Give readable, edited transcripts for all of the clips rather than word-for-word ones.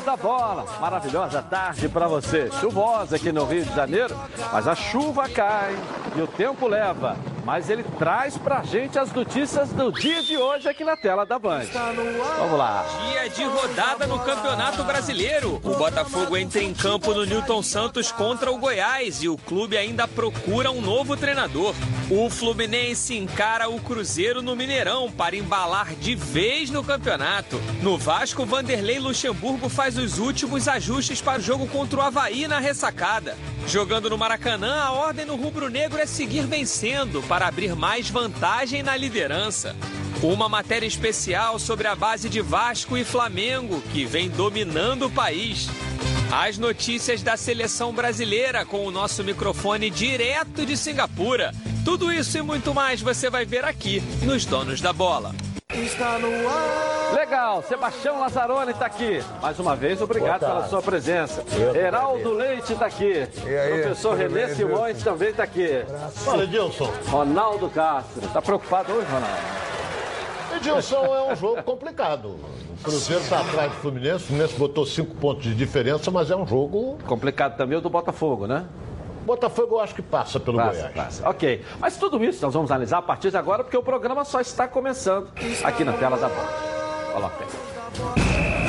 da Bola. Maravilhosa tarde para você. Chuvosa aqui no Rio de Janeiro, mas a chuva cai e o tempo leva. Mas ele traz pra gente as notícias do dia de hoje aqui na tela da Band. Vamos lá. Dia de rodada no Campeonato Brasileiro. O Botafogo entra em campo no Newton Santos contra o Goiás e o clube ainda procura um novo treinador. O Fluminense encara o Cruzeiro no Mineirão para embalar de vez no campeonato. No Vasco, Vanderlei Luxemburgo faz os últimos ajustes para o jogo contra o Avaí na ressacada. Jogando no Maracanã, a ordem no rubro-negro é seguir vencendo para abrir mais vantagem na liderança. Uma matéria especial sobre a base de Vasco e Flamengo, que vem dominando o país. As notícias da seleção brasileira com o nosso microfone direto de Singapura. Tudo isso e muito mais você vai ver aqui nos Donos da Bola. Está no ar. Legal, Sebastião Lazzaroni está aqui. Mais uma vez, obrigado pela sua presença. Heraldo Leite está aqui. Professor Renê Simões também está aqui. Fala, Edilson. Ronaldo Castro. Está preocupado hoje, Ronaldo? Edilson, é um jogo complicado. O Cruzeiro está atrás do Fluminense. O Fluminense botou 5 pontos de diferença, mas é um jogo complicado também o do Botafogo, né? Botafogo eu acho que passa pelo Goiás. Passa. Ok, mas tudo isso nós vamos analisar a partir de agora, porque o programa só está começando aqui na tela da Band. Coloca aí.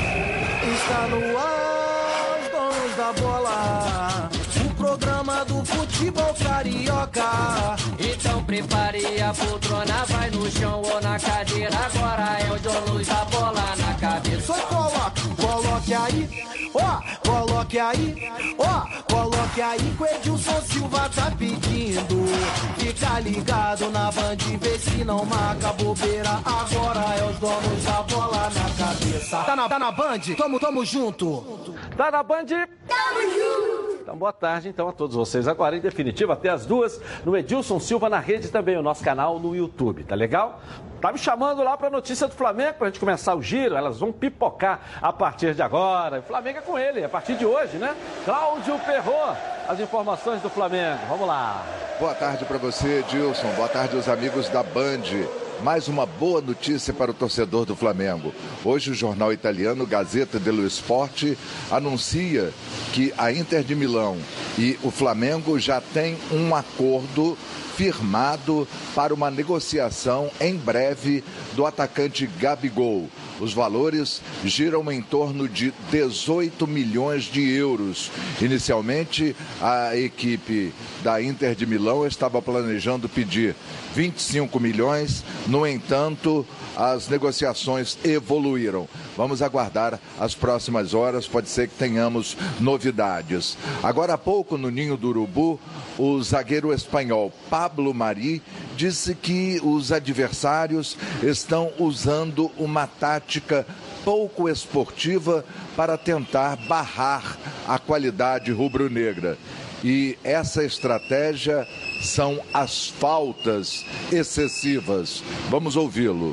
Está no ar, os Donos da Bola, o programa do futebol carioca. Então prepare a poltrona, vai no chão ou na cadeira. Agora é o Donos da Bola na cabeça. Só coloque aí, coloque aí, coloque aí que o Edilson Silva tá pedindo. Fica ligado na Band, vê se não marca bobeira. Agora é os Donos da Bola na cabeça. Tá na Band? Tamo junto. Tá na Band? Tamo junto. Então, boa tarde, então, a todos vocês. Agora, em definitivo, até as 2, no Edilson Silva na rede também, o nosso canal no YouTube, tá legal? Tá me chamando lá pra notícia do Flamengo, pra gente começar o giro, elas vão pipocar a partir de agora. O Flamengo é com ele, a partir de hoje, né? Cláudio Perrot, as informações do Flamengo. Vamos lá. Boa tarde pra você, Edilson. Boa tarde aos amigos da Band. Mais uma boa notícia para o torcedor do Flamengo. Hoje o jornal italiano Gazzetta dello Sport anuncia que a Inter de Milão e o Flamengo já têm um acordo firmado para uma negociação em breve do atacante Gabigol. Os valores giram em torno de 18 milhões de euros. Inicialmente, a equipe da Inter de Milão estava planejando pedir 25 milhões. No entanto, as negociações evoluíram. Vamos aguardar as próximas horas, pode ser que tenhamos novidades. Agora há pouco, no Ninho do Urubu, o zagueiro espanhol Pablo Mari disse que os adversários estão usando uma tática pouco esportiva para tentar barrar a qualidade rubro-negra. E essa estratégia são as faltas excessivas. Vamos ouvi-lo.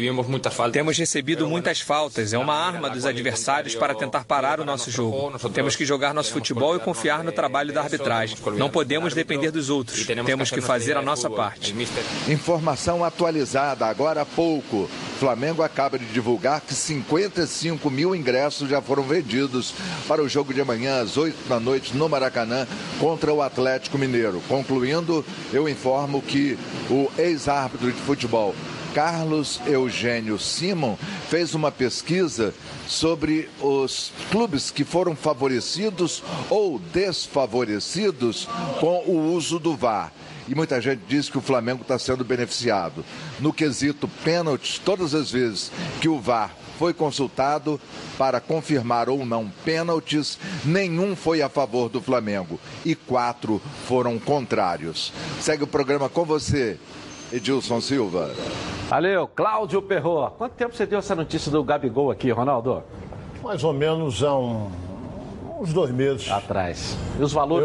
Temos recebido muitas faltas. É uma arma dos adversários para tentar parar o nosso jogo. Temos que jogar nosso futebol e confiar no trabalho da arbitragem. Não podemos depender dos outros. Temos que fazer a nossa parte. Informação atualizada agora há pouco. Flamengo acaba de divulgar que 55 mil ingressos já foram vendidos para o jogo de amanhã às 8 da noite no Maracanã contra o Atlético Mineiro. Concluindo, eu informo que o ex-árbitro de futebol Carlos Eugênio Simon fez uma pesquisa sobre os clubes que foram favorecidos ou desfavorecidos com o uso do VAR. E muita gente diz que o Flamengo está sendo beneficiado. No quesito pênaltis, todas as vezes que o VAR foi consultado para confirmar ou não pênaltis, nenhum foi a favor do Flamengo e 4 foram contrários. Segue o programa com você, Edilson Silva. Valeu, Cláudio Perrot. Quanto tempo você deu essa notícia do Gabigol aqui, Ronaldo? Mais ou menos há uns 2 meses. Atrás. E os valores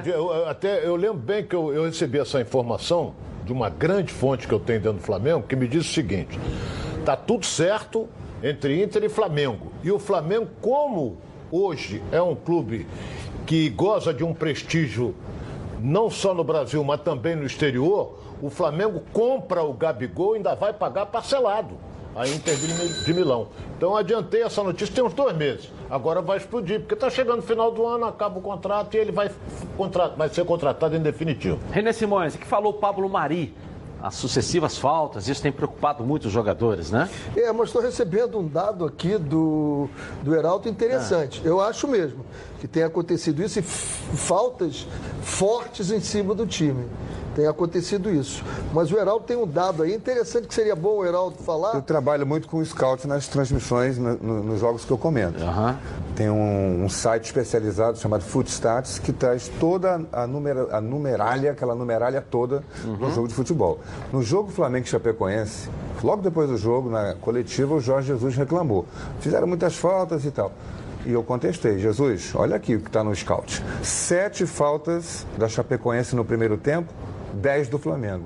eu lembro bem que eu recebi essa informação de uma grande fonte que eu tenho dentro do Flamengo, que me disse o seguinte: tá tudo certo entre Inter e Flamengo. E o Flamengo, como hoje é um clube que goza de um prestígio não só no Brasil, mas também no exterior, o Flamengo compra o Gabigol e ainda vai pagar parcelado. a Inter de Milão. Então adiantei essa notícia, tem uns 2 meses. Agora vai explodir, porque está chegando no final do ano, acaba o contrato e ele vai ser contratado em definitivo. René Simões, o que falou o Pablo Mari? As sucessivas faltas, isso tem preocupado muito os jogadores, né? Mas estou recebendo um dado aqui do Heraldo interessante. Eu acho mesmo que tem acontecido isso e faltas fortes em cima do time. Tem acontecido isso. Mas o Heraldo tem um dado aí interessante que seria bom o Heraldo falar. Eu trabalho muito com o scout nas transmissões, nos jogos que eu comento. Tem um site especializado chamado Footstats que traz toda a numeralha, aquela numeralha toda no jogo de futebol. No jogo Flamengo e Chapecoense, logo depois do jogo, na coletiva, o Jorge Jesus reclamou. Fizeram muitas faltas e tal. E eu contestei, Jesus, olha aqui o que está no scout. 7 faltas da Chapecoense no primeiro tempo, 10 do Flamengo.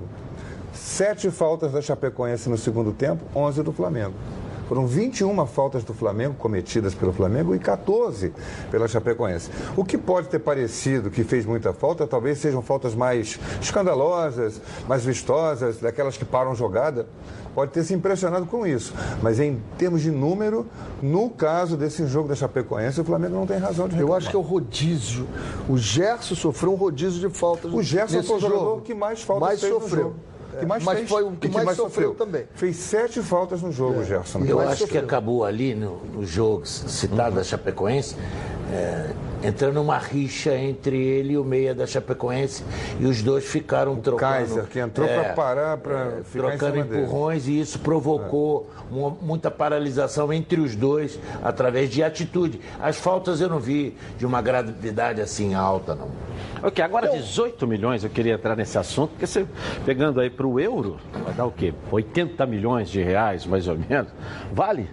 7 faltas da Chapecoense no segundo tempo, 11 do Flamengo. Foram 21 faltas do Flamengo cometidas pelo Flamengo e 14 pela Chapecoense. O que pode ter parecido que fez muita falta, talvez sejam faltas mais escandalosas, mais vistosas, daquelas que param jogada. Pode ter se impressionado com isso. Mas em termos de número, no caso desse jogo da Chapecoense, o Flamengo não tem razão de reclamar. Eu acho que é o rodízio. O Gerson sofreu um rodízio de faltas. O Gerson foi o jogador que mais faltas fez no jogo. Mas foi o que mais sofreu também. Fez 7 faltas no jogo, Gerson. Eu acho que acabou ali no jogo citado da Chapecoense, entrando uma rixa entre ele e o meia da Chapecoense, e os dois ficaram trocando. Kaiser, que entrou para parar, para ficar trocando empurrões, e isso provocou muita paralisação entre os dois através de atitude. As faltas eu não vi de uma gravidade assim alta, não. Ok, agora 18 milhões, eu queria entrar nesse assunto, porque você, pegando aí para o euro, vai dar o quê? 80 milhões de reais, mais ou menos. Vale?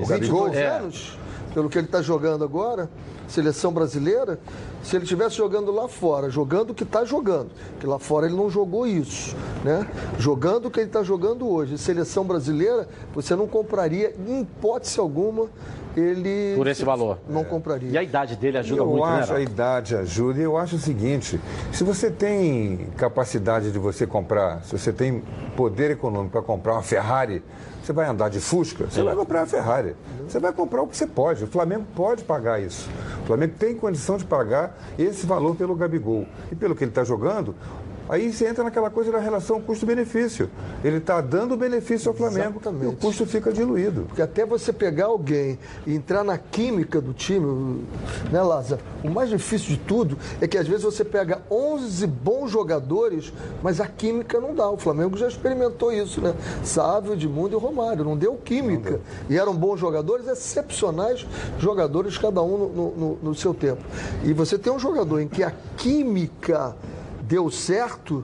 22 anos, pelo que ele está jogando agora, seleção brasileira, se ele estivesse jogando lá fora, jogando o que está jogando, que lá fora ele não jogou isso, né? Jogando o que ele está jogando hoje, seleção brasileira, você não compraria, em hipótese alguma, ele... Por esse valor. Não compraria. E a idade dele ajuda muito, né? Eu acho a idade ajuda, e eu acho o seguinte, se você tem capacidade de você comprar, se você tem poder econômico para comprar uma Ferrari, você vai andar de Fusca, você vai comprar a Ferrari. Você vai comprar o que você pode. O Flamengo pode pagar isso. O Flamengo tem condição de pagar esse valor pelo Gabigol. E pelo que ele está jogando, aí você entra naquela coisa da relação custo-benefício. Ele está dando benefício ao Flamengo. Exatamente. E o custo fica diluído. Porque até você pegar alguém e entrar na química do time, né, Lázaro? O mais difícil de tudo é que às vezes você pega 11 bons jogadores, mas a química não dá. O Flamengo já experimentou isso, né? Sávio, Edmundo e Romário. Não deu química. Não deu. E eram bons jogadores, excepcionais jogadores, cada um no seu tempo. E você tem um jogador em que a química deu certo,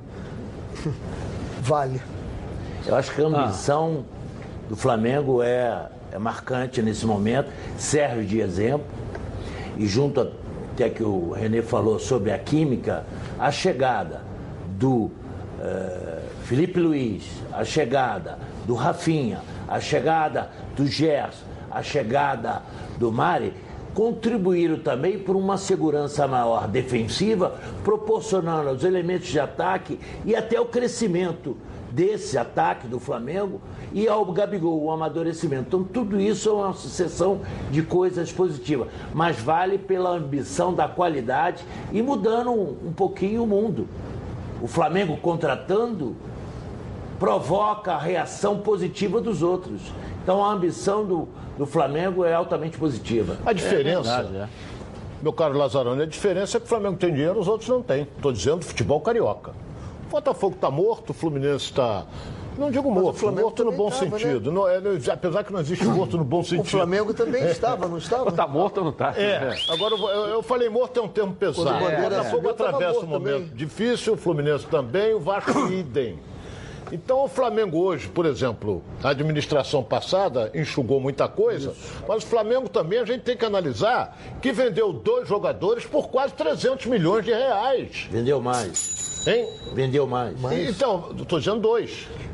vale. Eu acho que a ambição do Flamengo é marcante nesse momento, serve de exemplo, e junto até que o René falou sobre a química, a chegada do Felipe Luiz, a chegada do Rafinha, a chegada do Gerson, a chegada do Mari, contribuíram também por uma segurança maior defensiva, proporcionando aos elementos de ataque e até o crescimento desse ataque do Flamengo e ao Gabigol, o amadurecimento. Então, tudo isso é uma sucessão de coisas positivas, mas vale pela ambição da qualidade e mudando um pouquinho o mundo. O Flamengo contratando provoca a reação positiva dos outros. Então, a ambição do Flamengo é altamente positiva. A diferença, meu caro Lazzaroni, a diferença é que o Flamengo tem dinheiro, os outros não têm. Estou dizendo futebol carioca. O Botafogo está morto, o Fluminense está... Não digo morto, morto no bom sentido. Né? Não, apesar que não existe morto no bom sentido. O Flamengo também estava, não estava? Está morto ou não está? Agora eu falei morto é um termo pesado. O Botafogo atravessa um momento difícil, o Fluminense também, o Vasco idem. Então, o Flamengo hoje, por exemplo, a administração passada enxugou muita coisa, mas o Flamengo também a gente tem que analisar que vendeu 2 jogadores por quase 300 milhões de reais. Vendeu mais. Hein? Vendeu mais. Então, estou dizendo 2.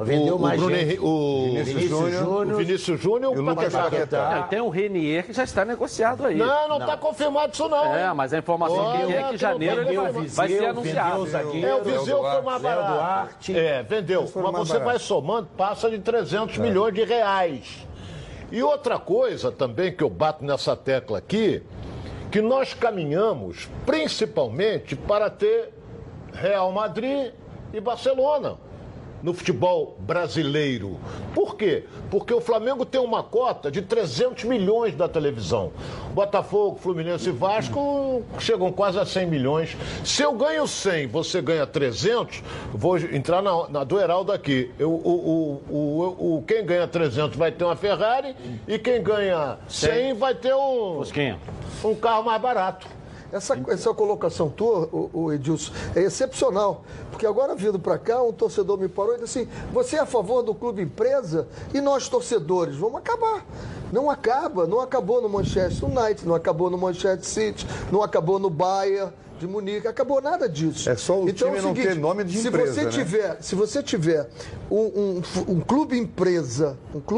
Vendeu mais gente. O Vinícius Júnior e o Lucas Paquetá. Tem o Renier que já está negociado aí. Não está confirmado isso não. É, mas a informação é que em janeiro ele vai ser anunciado. O Viseu foi mais barato. Vendeu. Mas você vai somando, passa de 300 milhões de reais. E outra coisa também que eu bato nessa tecla aqui, que nós caminhamos principalmente para ter Real Madrid e Barcelona no futebol brasileiro. Por quê? Porque o Flamengo tem uma cota de 300 milhões da televisão. Botafogo, Fluminense e Vasco chegam quase a 100 milhões. Se eu ganho 100, você ganha 300, vou entrar na do Heraldo aqui. Quem ganha 300 vai ter uma Ferrari e quem ganha 100 vai ter um carro mais barato. Essa colocação tua, o Edilson, é excepcional. Porque agora, vindo para cá, um torcedor me parou e disse assim, você é a favor do clube empresa e nós, torcedores, vamos acabar. Não acaba, não acabou no Manchester United, não acabou no Manchester City, não acabou no Bayern de Munique, acabou nada disso. É só o time não ter nome de empresa, né? Se você tiver um clube empresa,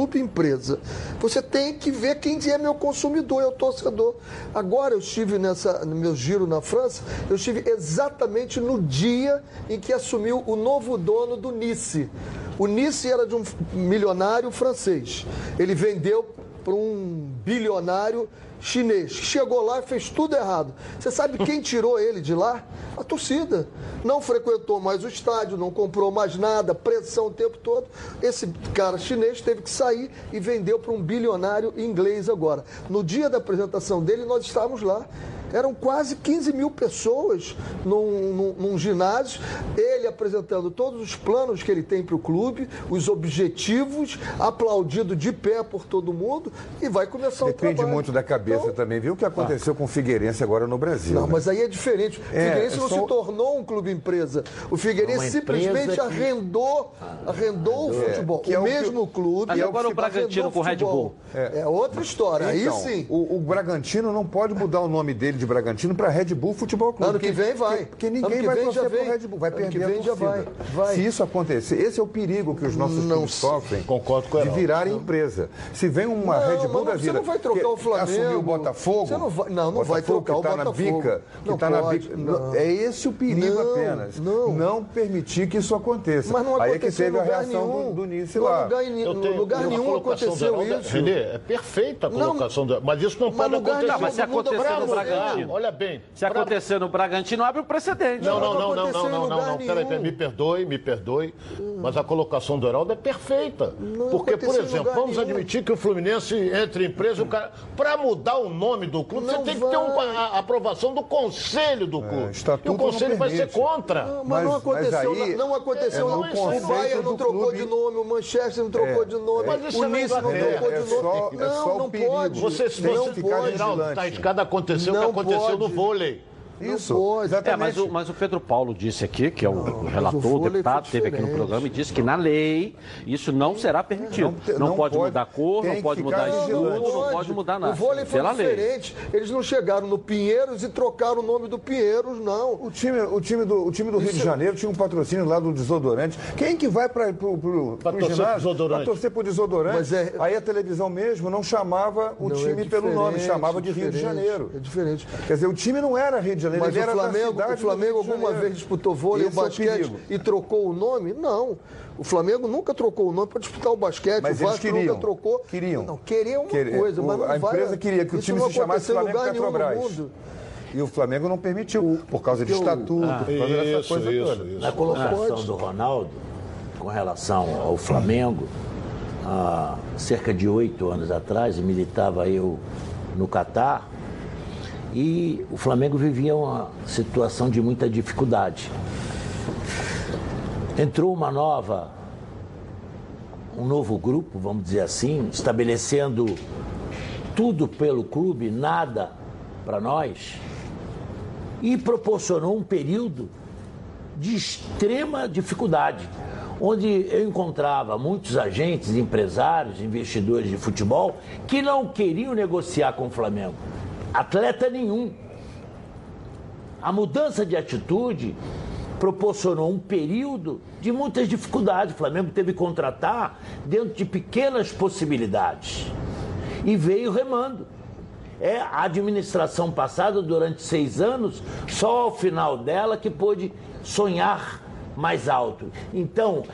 você tem que ver quem é meu consumidor, é o torcedor. Agora eu estive no meu giro na França, eu estive exatamente no dia em que assumiu o novo dono do Nice. O Nice era de um milionário francês. Ele vendeu para um bilionário chinês. Chegou lá e fez tudo errado. Você sabe quem tirou ele de lá? A torcida. Não frequentou mais o estádio, não comprou mais nada, pressão o tempo todo. Esse cara chinês teve que sair e vendeu para um bilionário inglês agora. No dia da apresentação dele, nós estávamos lá. Eram quase 15 mil pessoas num ginásio, ele apresentando todos os planos que ele tem para o clube, os objetivos, aplaudido de pé por todo mundo e vai começar o trabalho. Depende muito da cabeça também. Viu o que aconteceu com o Figueirense agora no Brasil? Não, mas aí é diferente. O Figueirense não se tornou um clube empresa. O Figueirense simplesmente arrendou o futebol. Que é o mesmo clube. Mas agora o Bragantino com o Red Bull. É outra história. Então, aí sim. O Bragantino não pode mudar o nome dele de Bragantino para Red Bull Futebol Clube. Ano que vem vai. Porque ninguém vai torcer pro Red Bull. Vai perder a torcida. Vai. Se isso acontecer, esse é o perigo que os nossos times sofrem. Concordo com ela. De virarem empresa. Se vem uma Red Bull da vida... Você não vai trocar o Flamengo. Assumiu o Botafogo. Você não vai trocar o Botafogo. Que está na bica. É esse o perigo apenas. Não permitir que isso aconteça. Mas não aí é que teve a reação do Nice lá. No lugar nenhum aconteceu isso. Renê, é perfeita a colocação do... Mas isso não pode acontecer. Mas se acontecer no Bragantino... Olha bem. Se acontecer no Bragantino, abre o precedente. Não. Peraí, me perdoe. Mas a colocação do Heraldo é perfeita. Porque, por exemplo, vamos admitir que o Fluminense entre em empresa, para mudar o nome do clube, você tem que ter a aprovação do conselho do clube. E o conselho vai ser contra. Mas não aconteceu. Não aconteceu. O Bayern não trocou de nome, o Manchester não trocou de nome, o Nice não trocou de nome. Não pode. Você ficar Geraldo, está escada aconteceu o que aconteceu no vôlei. Isso, exatamente. Mas o Pedro Paulo disse aqui, que é o relator, o deputado, esteve aqui no programa e disse que na lei isso não será permitido. Não pode mudar cor, não pode mudar escudo, não pode mudar nada. O vôlei foi diferente. Eles não chegaram no Pinheiros e trocaram o nome do Pinheiros, não. O time do Rio de Janeiro tinha um patrocínio lá do desodorante. Quem que vai para o ginásio para torcer por desodorante? Aí a televisão mesmo não chamava o time pelo nome, chamava de Rio de Janeiro. É diferente. Quer dizer, o time não era Rio de Janeiro. Mas o Flamengo alguma vez disputou vôlei, o basquete e trocou o nome? Não. O Flamengo nunca trocou o nome para disputar o basquete. Mas o Vasco nunca trocou. Queriam uma coisa, mas não vai. A empresa queria que o time se chamasse Flamengo Petrobras. E o Flamengo não permitiu, por causa de estatuto, por causa dessa coisa toda. Na colocação do Ronaldo, com relação ao Flamengo, há cerca de 8 anos atrás, militava eu no Catar, e o Flamengo vivia uma situação de muita dificuldade. Entrou um novo grupo, vamos dizer assim, estabelecendo tudo pelo clube, nada para nós, e proporcionou um período de extrema dificuldade, onde eu encontrava muitos agentes, empresários, investidores de futebol que não queriam negociar com o Flamengo. Atleta nenhum. A mudança de atitude proporcionou um período de muitas dificuldades. O Flamengo teve que contratar dentro de pequenas possibilidades e veio remando. A administração passada, durante 6 anos, só ao final dela que pôde sonhar mais alto. Então,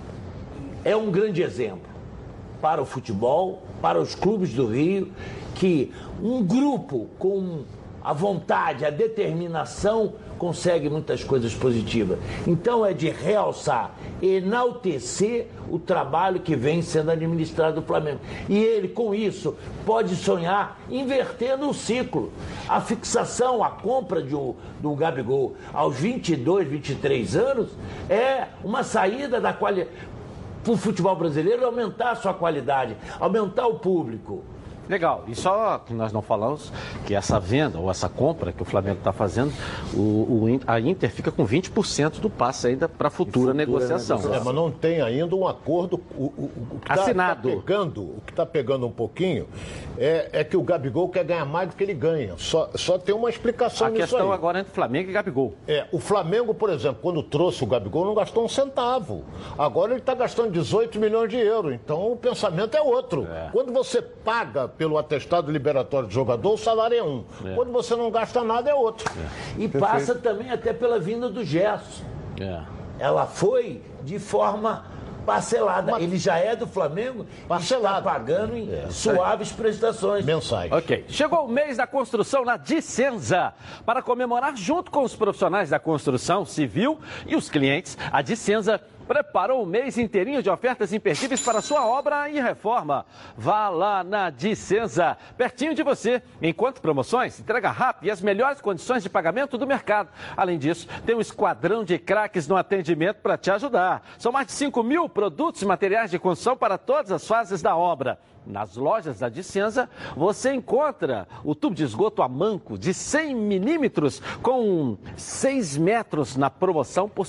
é um grande exemplo para o futebol, para os clubes do Rio, que um grupo com a vontade, a determinação, consegue muitas coisas positivas. Então é de realçar, enaltecer o trabalho que vem sendo administrado do Flamengo. E ele, com isso, pode sonhar invertendo o ciclo. A fixação, a compra do Gabigol aos 22, 23 anos é uma saída da qualidade para o futebol brasileiro, aumentar a sua qualidade, aumentar o público. Legal, e só que nós não falamos que essa venda ou essa compra que o Flamengo está fazendo, a Inter fica com 20% do passe ainda para futura negociação. Mas não tem ainda um acordo assinado. O que está pegando um pouquinho é que o Gabigol quer ganhar mais do que ele ganha. Só tem uma explicação nisso aí. A questão agora é entre Flamengo e Gabigol. O Flamengo, por exemplo, quando trouxe o Gabigol, não gastou um centavo. Agora ele está gastando 18 milhões de euros. Então o pensamento é outro. Quando você paga pelo atestado liberatório de jogador, o salário é um. Quando você não gasta nada, é outro. E passa também até pela vinda do Gerson. Ela foi de forma parcelada. Ele já é do Flamengo e está pagando em suaves prestações. Mensais. Ok. Chegou o mês da construção na Dicenza. Para comemorar junto com os profissionais da construção civil e os clientes, a Dicenza preparou um mês inteirinho de ofertas imperdíveis para sua obra e reforma. Vá lá na Dicenza, pertinho de você. Enquanto promoções, entrega rápida e as melhores condições de pagamento do mercado. Além disso, tem um esquadrão de craques no atendimento para te ajudar. São mais de 5.000 produtos e materiais de construção para todas as fases da obra. Nas lojas da Dicenza, você encontra o tubo de esgoto Amanco de 100 milímetros com 6 metros na promoção por R$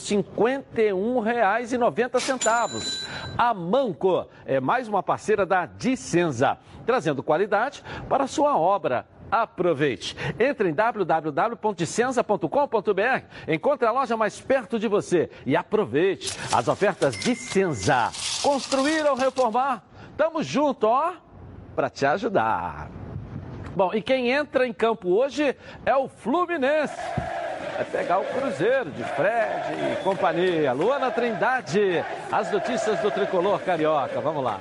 51,90. Amanco é mais uma parceira da Dicenza, trazendo qualidade para a sua obra. Aproveite. Entre em www.dicenza.com.br, encontre a loja mais perto de você e aproveite as ofertas Dicenza. Construir ou reformar? Tamo junto, para te ajudar. Bom, e quem entra em campo hoje é o Fluminense. Vai pegar o Cruzeiro de Fred e companhia. Luana Trindade, as notícias do Tricolor Carioca. Vamos lá.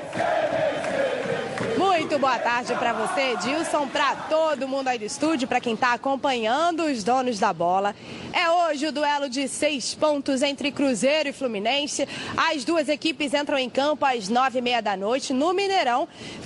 Muito boa tarde para você, Edilson, para todo mundo aí do estúdio, para quem está acompanhando os donos da bola. É hoje o duelo de 6 pontos entre Cruzeiro e Fluminense. As duas equipes entram em campo às 9h30 da noite no Mineirão,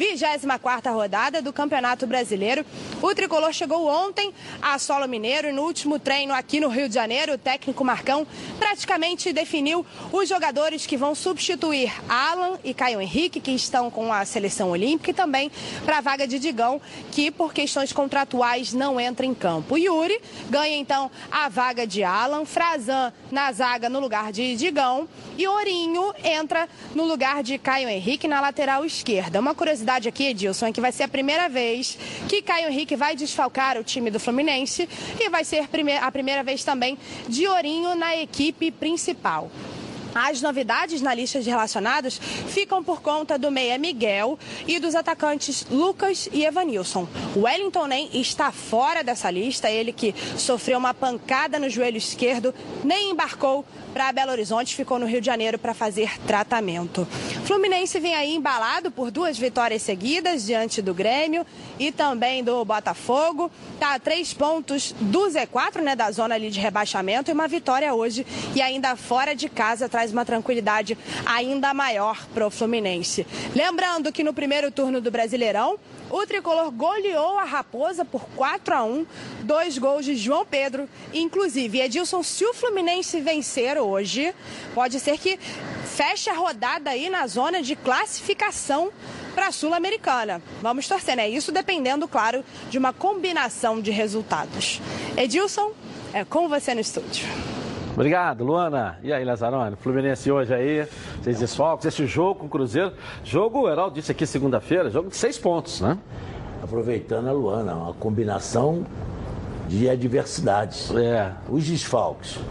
24ª rodada do Campeonato Brasileiro. O Tricolor chegou ontem a Solo Mineiro e no último treino aqui no Rio de Janeiro, o técnico Marcão praticamente definiu os jogadores que vão substituir Alan e Caio Henrique, que estão com a seleção olímpica, e também para a vaga de Digão, que por questões contratuais não entra em campo. Yuri ganha então a vaga de Alan, Frazan na zaga no lugar de Digão e Ourinho entra no lugar de Caio Henrique na lateral esquerda. Uma curiosidade aqui, Edilson, é que vai ser a primeira vez que Caio Henrique vai desfalcar o time do Fluminense e vai ser a primeira vez também de Ourinho na equipe principal. As novidades na lista de relacionados ficam por conta do meia Miguel e dos atacantes Lucas e Evanilson. O Wellington nem está fora dessa lista, ele que sofreu uma pancada no joelho esquerdo, nem embarcou para Belo Horizonte, ficou no Rio de Janeiro para fazer tratamento. Fluminense vem aí embalado por 2 vitórias seguidas diante do Grêmio e também do Botafogo. Está a 3 pontos do Z4, né, da zona ali de rebaixamento, e uma vitória hoje e ainda fora de casa traz uma tranquilidade ainda maior para o Fluminense. Lembrando que no primeiro turno do Brasileirão, o Tricolor goleou a Raposa por 4-1, 2 gols de João Pedro. Inclusive, Edilson, se o Fluminense vencer hoje, pode ser que feche a rodada aí na zona de classificação para a Sul-Americana. Vamos torcer, né? Isso dependendo, claro, de uma combinação de resultados. Edilson, é com você no estúdio. Obrigado, Luana. E aí, Lazzaroni? Fluminense hoje aí, 6 desfalques. Esse jogo com o Cruzeiro, jogo, o Heraldo disse aqui segunda-feira, jogo de 6 pontos, né? Aproveitando a Luana, uma combinação de adversidades. Os desfalques.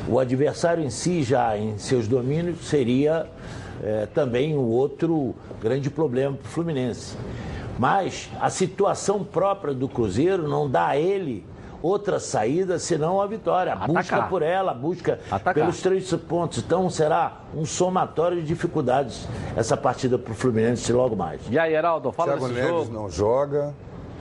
O adversário em si, já em seus domínios, seria também um outro grande problema para o Fluminense. Mas a situação própria do Cruzeiro não dá a ele outra saída senão a vitória. A busca por ela, a busca pelos 3 pontos. Então será um somatório de dificuldades essa partida para o Fluminense logo mais. E aí, Heraldo, fala Thiago desse Neves jogo. não joga.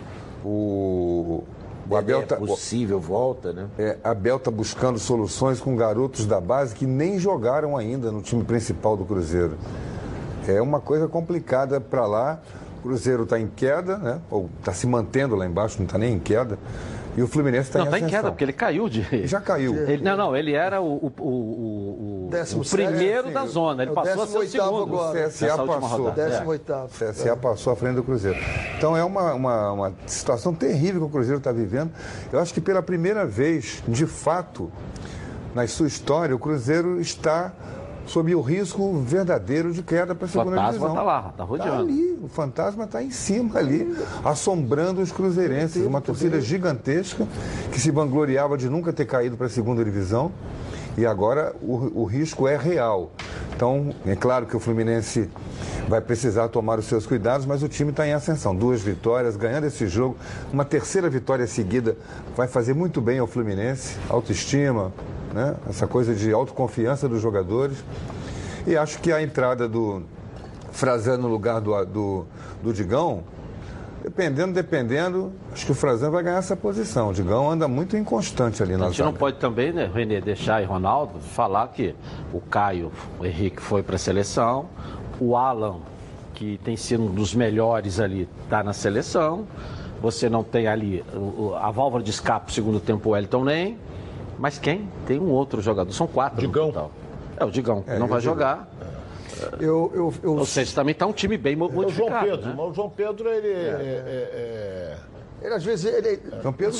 O Abel tá, possível volta, né? Abel está buscando soluções com garotos da base que nem jogaram ainda no time principal do Cruzeiro. É uma coisa complicada para lá. O Cruzeiro está em queda, né? Ou está se mantendo lá embaixo, não está nem em queda. E o Fluminense está em ascensão. Não, está em queda, porque ele caiu de... Já caiu. Ele era o primeiro da zona. Ele passou a ser o segundo. O CSA passou. O 18º. O CSA passou à frente do Cruzeiro. Então é uma situação terrível que o Cruzeiro está vivendo. Eu acho que pela primeira vez, de fato, na sua história, o Cruzeiro está sob o risco verdadeiro de queda para a segunda divisão. O fantasma está lá, está rodeando. Está ali, o fantasma está em cima ali, assombrando os cruzeirenses. Uma torcida gigantesca que se vangloriava de nunca ter caído para a segunda divisão. E agora o risco é real. Então, é claro que o Fluminense vai precisar tomar os seus cuidados, mas o time está em ascensão. 2 vitórias, ganhando esse jogo. Uma terceira vitória seguida vai fazer muito bem ao Fluminense. Autoestima, né? Essa coisa de autoconfiança dos jogadores. E acho que a entrada do Frazan no lugar do Digão, dependendo, acho que o Frazan vai ganhar essa posição. O Digão anda muito inconstante ali na zaga. A gente não pode também, né, Renê, deixar e Ronaldo falar que o Caio, o Henrique foi para a seleção, o Alan, que tem sido um dos melhores ali, está na seleção. Você não tem ali a válvula de escape, segundo tempo, o Wellington nem. Mas quem? Tem um outro jogador. São 4 Digão. no total. O Digão, não vai jogar. Ou seja, também está um time bem modificado. O João Pedro, né? mas o João Pedro, ele às vezes, João Pedro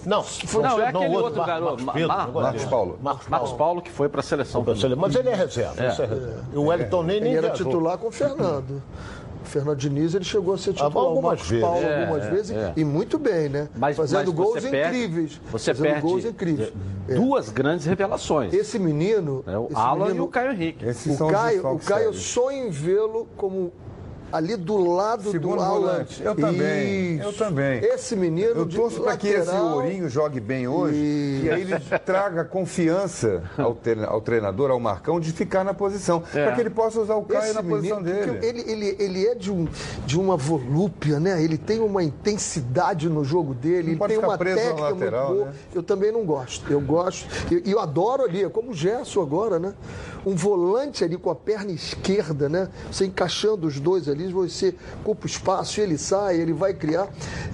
Não, é aquele outro garoto. Marcos Paulo. Marcos Paulo, que foi para a seleção. Mas ele é reserva. E o Wellington nem ele era viajou. titular com o Fernando. O Fernando Diniz, ele chegou a ser titular. Algumas o Marcos Paulo algumas vezes. E muito bem, né? Fazendo gols incríveis. Você perde gols incríveis. 2 grandes revelações. Esse menino... O Alan e o Caio Henrique. O Caio, eu sonho em vê-lo como... ali do lado segundo do Alan. Volante. Eu também. Esse menino eu torço para que esse Ourinho jogue bem hoje e aí ele traga confiança ao treinador, ao Marcão, de ficar na posição. Para que ele possa usar o Caio na posição dele. Ele é de uma volúpia, né? Ele tem uma intensidade no jogo dele, ele tem uma técnica lateral, muito boa. né? Eu também não gosto. Eu gosto. E eu adoro ali, é como o Gerson agora, né? Um volante ali com a perna esquerda, né? Você encaixando os dois ali, você ocupa o espaço, ele sai, ele vai criar.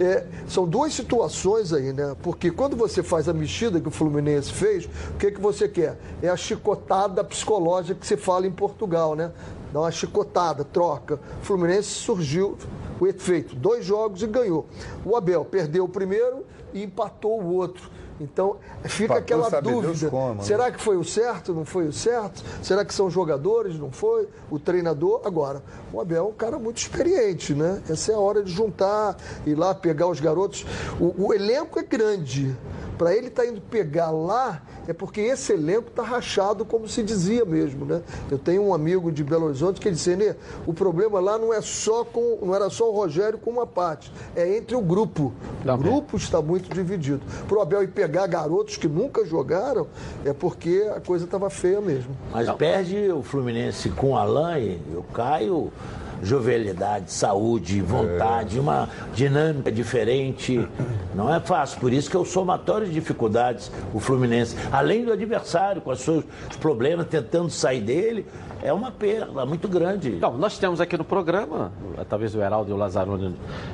São 2 situações aí, né? Porque quando você faz a mexida que o Fluminense fez, o que você quer? É a chicotada psicológica que se fala em Portugal, né? Dá uma chicotada, troca. O Fluminense surgiu o efeito, 2 jogos e ganhou. O Abel perdeu o primeiro e empatou o outro. Então, fica aquela dúvida. Será que foi o certo? Não foi o certo? Será que são jogadores? Não foi? O treinador? Agora, o Abel é um cara muito experiente, né? Essa é a hora de juntar, ir lá pegar os garotos. O elenco é grande. Para ele estar indo pegar lá, é porque esse elenco está rachado, como se dizia mesmo, né? Eu tenho um amigo de Belo Horizonte que disse, Nenê, o problema lá não era só o Rogério com uma parte, é entre o grupo. O grupo está muito dividido. Para o Abel ir pegar garotos que nunca jogaram, é porque a coisa estava feia mesmo. Mas perde o Fluminense com o Alan e o Caio... jovialidade, saúde, vontade, uma dinâmica diferente. Não é fácil. Por isso que é o somatório de dificuldades o Fluminense. Além do adversário, com os seus problemas, tentando sair dele, é uma perda muito grande. Então, nós temos aqui no programa, talvez o Heraldo e o Lazzaroni,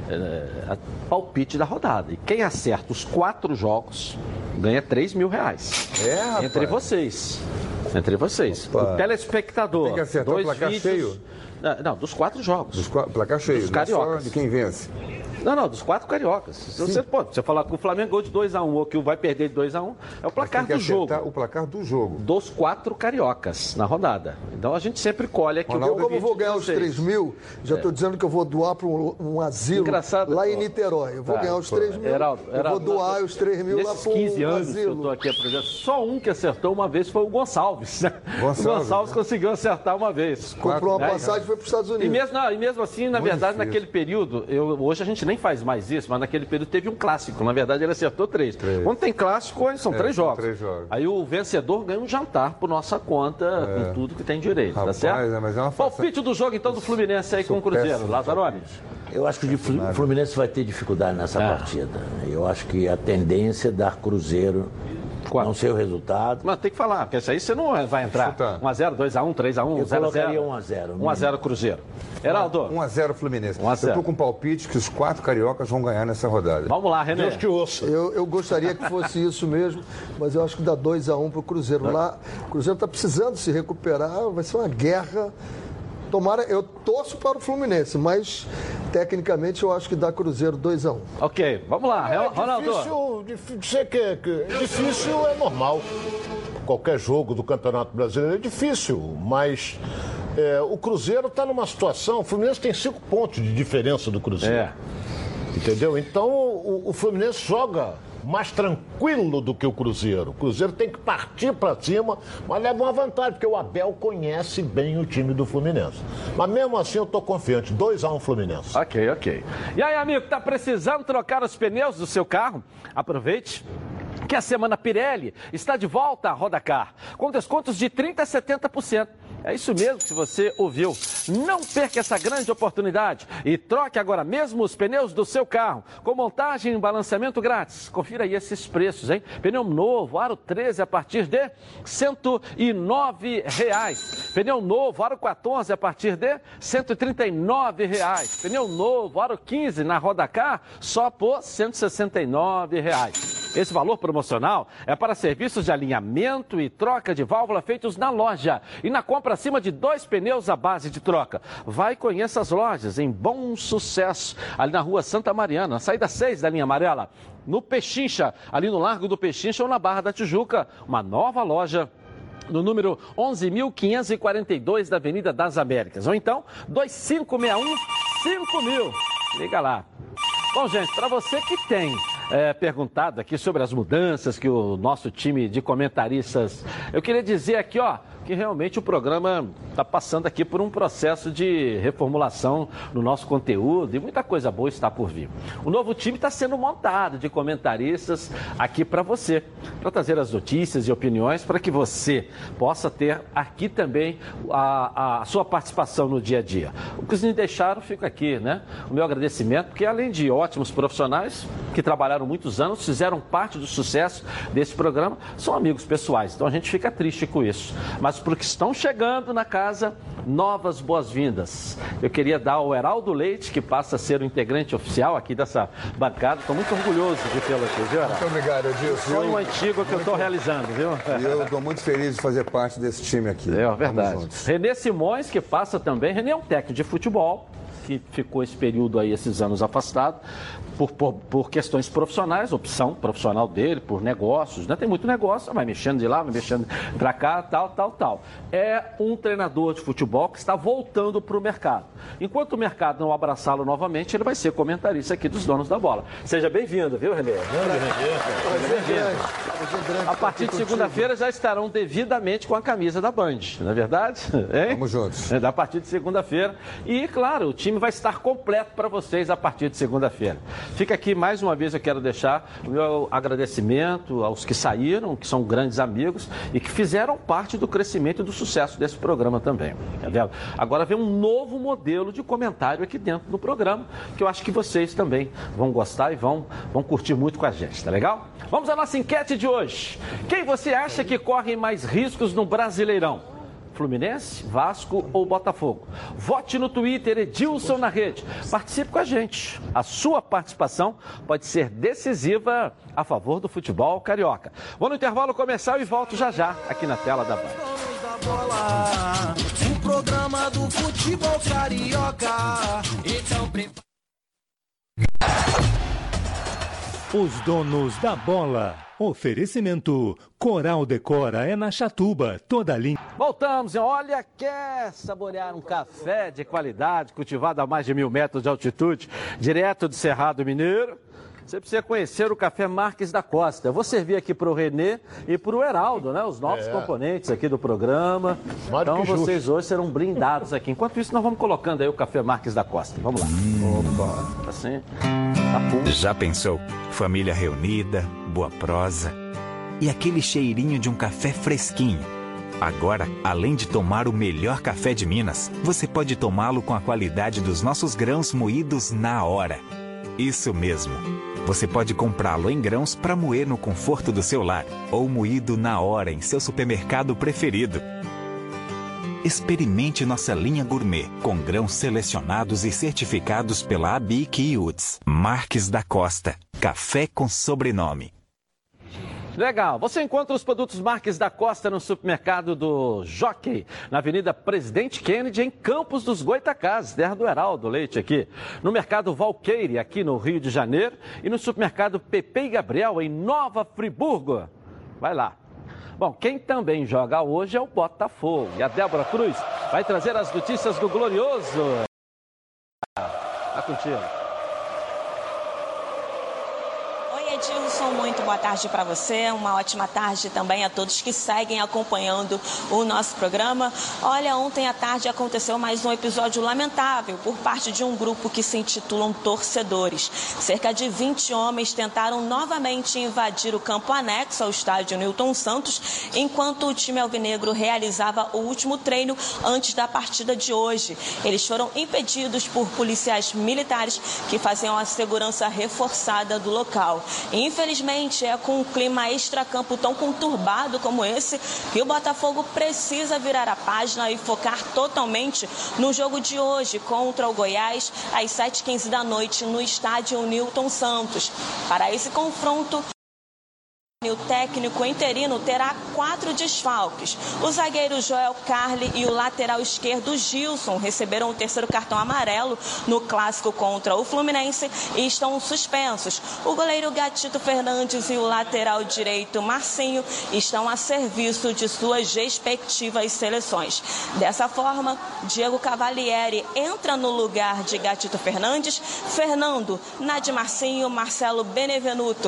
palpite da rodada. E quem acerta os 4 jogos ganha R$3 mil. Entre vocês. Opa. O telespectador. Tem que acertar o placar cheio. Não, dos 4 jogos. Placar cheio. Dos cariocas. De quem vence. Não, dos 4 cariocas. Se você falar que o Flamengo ganhou de 2-1 ou que vai perder de 2-1, é o placar do jogo. O placar do jogo. Dos 4 cariocas na rodada. Então a gente sempre colhe aqui. Eu, como vou ganhar os 3 mil, já estou dizendo que eu vou doar para um asilo lá em Niterói. Eu vou ganhar os 3 mil. Eu vou doar os 3 mil lá para um 15 anos que eu estou aqui apresentando, só um que acertou uma vez foi o Gonçalves. O Gonçalves conseguiu acertar uma vez. Comprou uma passagem e foi para os Estados Unidos. E mesmo assim, na verdade, naquele período, hoje a gente nem faz mais isso, mas naquele período teve um clássico. Na verdade, ele acertou 3. Quando tem clássico, são 3 jogos. Aí o vencedor ganha um jantar por nossa conta, com tudo que tem direito, tá certo? Mas é uma palpite do jogo, então, do Fluminense aí com o Cruzeiro. Lazzaroni? Eu acho que o Fluminense vai ter dificuldade nessa partida. Eu acho que a tendência é dar Cruzeiro... Não sei o resultado. Mas tem que falar, porque isso aí você não vai entrar. 1x0, 2x1, 3x1, 0x0. Eu colocaria 1x0. 1x0 Cruzeiro. Heraldo? 1x0 Fluminense. 1x0. Eu estou com um palpite que os 4 cariocas vão ganhar nessa rodada. Vamos lá, René. Deus te ouça. Eu gostaria que fosse isso mesmo, mas eu acho que dá 2x1 para o Cruzeiro. Lá, o Cruzeiro está precisando se recuperar, vai ser uma guerra. Tomara, eu torço para o Fluminense, mas tecnicamente eu acho que dá Cruzeiro 2x1. Ok, vamos lá, Ronaldo. Difícil é normal. Qualquer jogo do Campeonato Brasileiro é difícil, mas o Cruzeiro está numa situação... O Fluminense tem 5 pontos de diferença do Cruzeiro. Entendeu? Então o Fluminense joga mais tranquilo do que o Cruzeiro. O Cruzeiro tem que partir para cima, mas leva uma vantagem, porque o Abel conhece bem o time do Fluminense. Mas mesmo assim eu estou confiante, 2x1 Fluminense. Ok. E aí, amigo, tá precisando trocar os pneus do seu carro? Aproveite que a Semana Pirelli está de volta à Rodacar, com descontos de 30% a 70%. É isso mesmo que você ouviu. Não perca essa grande oportunidade e troque agora mesmo os pneus do seu carro, com montagem e balanceamento grátis. Confira aí esses preços, hein? Pneu novo, aro 13 a partir de R$ 109. Pneu novo, aro 14 a partir de R$ 139. Pneu novo, aro 15 na Rodacar, só por R$ 169. Esse valor promocional é para serviços de alinhamento e troca de válvula feitos na loja e na compra acima de 2 pneus à base de troca. Vai e conheça as lojas em Bom Sucesso, ali na rua Santa Mariana, saída 6 da linha amarela, no Pechincha, ali no Largo do Pechincha ou na Barra da Tijuca, uma nova loja no número 11.542 da Avenida das Américas, ou então 2561-5000. Liga lá. Bom, gente, para você que tem perguntado aqui sobre as mudanças que o nosso time de comentaristas... Eu queria dizer aqui, que realmente o programa está passando aqui por um processo de reformulação no nosso conteúdo e muita coisa boa está por vir. O novo time está sendo montado de comentaristas aqui para você, para trazer as notícias e opiniões para que você possa ter aqui também a sua participação no dia a dia. O que vocês me deixaram, fica aqui, né? O meu agradecimento, porque além de ótimos profissionais que trabalharam muitos anos, fizeram parte do sucesso desse programa, são amigos pessoais. Então a gente fica triste com isso. Mas para os que estão chegando na casa, novas boas-vindas. Eu queria dar ao Heraldo Leite, que passa a ser o integrante oficial aqui dessa bancada. Estou muito orgulhoso de tê-lo aqui, viu, Heraldo? Muito obrigado, Edilson. Sonho antigo que eu estou realizando, viu? E eu estou muito feliz de fazer parte desse time aqui. É verdade. Renê Simões, que passa também. Renê é um técnico de futebol, que ficou esse período aí, esses anos afastado, por questões profissionais, opção profissional dele, por negócios, né? Tem muito negócio, vai mexendo de lá, vai mexendo para cá, tal. É um treinador de futebol que está voltando para o mercado. Enquanto o mercado não abraçá-lo novamente, ele vai ser comentarista aqui dos Donos da Bola. Seja bem-vindo, viu, Renê? A partir de segunda-feira já estarão devidamente com a camisa da Band, não é verdade? Hein? Vamos juntos. A partir de segunda-feira. E, claro, o time vai estar completo para vocês a partir de segunda-feira. Fica aqui, mais uma vez, eu quero deixar o meu agradecimento aos que saíram, que são grandes amigos e que fizeram parte do crescimento e do sucesso desse programa também. Entendeu? Agora vem um novo modelo de comentário aqui dentro do programa, que eu acho que vocês também vão gostar e vão curtir muito com a gente, tá legal? Vamos à nossa enquete de hoje. Quem você acha que corre mais riscos no Brasileirão? Fluminense, Vasco ou Botafogo? Vote no Twitter, Edilson na Rede. Participe com a gente. A sua participação pode ser decisiva a favor do futebol carioca. Vou no intervalo comercial e volto já aqui na tela da Band. O programa do futebol carioca. Então Os donos da bola. Oferecimento. Coral Decora é na Chatuba, toda linha. Voltamos. Olha, quer saborear um café de qualidade, cultivado a mais de 1.000 metros de altitude, direto do Cerrado Mineiro? Você precisa conhecer o Café Marques da Costa. Eu vou servir aqui para o Renê e para o Heraldo, né? Os novos componentes aqui do programa. Então vocês hoje serão brindados aqui. Enquanto isso, nós vamos colocando aí o Café Marques da Costa. Vamos lá. Opa. Assim. Já pensou? Família reunida, boa prosa e aquele cheirinho de um café fresquinho. Agora, além de tomar o melhor café de Minas, você pode tomá-lo com a qualidade dos nossos grãos moídos na hora. Isso mesmo. Você pode comprá-lo em grãos para moer no conforto do seu lar ou moído na hora em seu supermercado preferido. Experimente nossa linha gourmet, com grãos selecionados e certificados pela ABIC e UTS. Marques da Costa. Café com sobrenome. Legal. Você encontra os produtos Marques da Costa no supermercado do Jockey, na Avenida Presidente Kennedy, em Campos dos Goitacazes, terra do Heraldo Leite aqui. No mercado Valqueire, aqui no Rio de Janeiro. E no supermercado Pepe e Gabriel, em Nova Friburgo. Vai lá. Bom, quem também joga hoje é o Botafogo. E a Débora Cruz vai trazer as notícias do Glorioso. Tá contigo. Edilson, muito boa tarde para você, uma ótima tarde também a todos que seguem acompanhando o nosso programa. Olha, ontem à tarde aconteceu mais um episódio lamentável por parte de um grupo que se intitulam Torcedores. Cerca de 20 homens tentaram novamente invadir o campo anexo ao estádio Newton Santos, enquanto o time alvinegro realizava o último treino antes da partida de hoje. Eles foram impedidos por policiais militares que faziam a segurança reforçada do local. Infelizmente, é com um clima extracampo tão conturbado como esse que o Botafogo precisa virar a página e focar totalmente no jogo de hoje contra o Goiás, às 7h15 da noite, no estádio Newton Santos. Para esse confronto, o técnico interino terá 4 desfalques. O zagueiro Joel Carli e o lateral esquerdo Gilson receberam o terceiro cartão amarelo no clássico contra o Fluminense e estão suspensos. O goleiro Gatito Fernandes e o lateral direito Marcinho estão a serviço de suas respectivas seleções. Dessa forma, Diego Cavalieri entra no lugar de Gatito Fernandes, Fernando na de Marcinho, Marcelo Benevenuto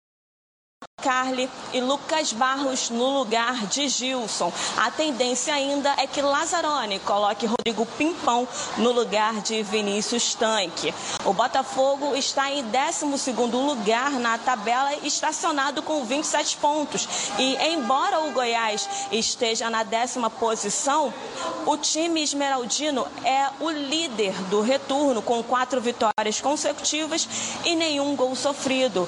Carli e Lucas Barros no lugar de Gilson. A tendência ainda é que Lazzaroni coloque Rodrigo Pimpão no lugar de Vinícius Tanque. O Botafogo está em 12º lugar na tabela, estacionado com 27 pontos. E embora o Goiás esteja na 10ª posição, o time esmeraldino é o líder do retorno, com 4 vitórias consecutivas e nenhum gol sofrido.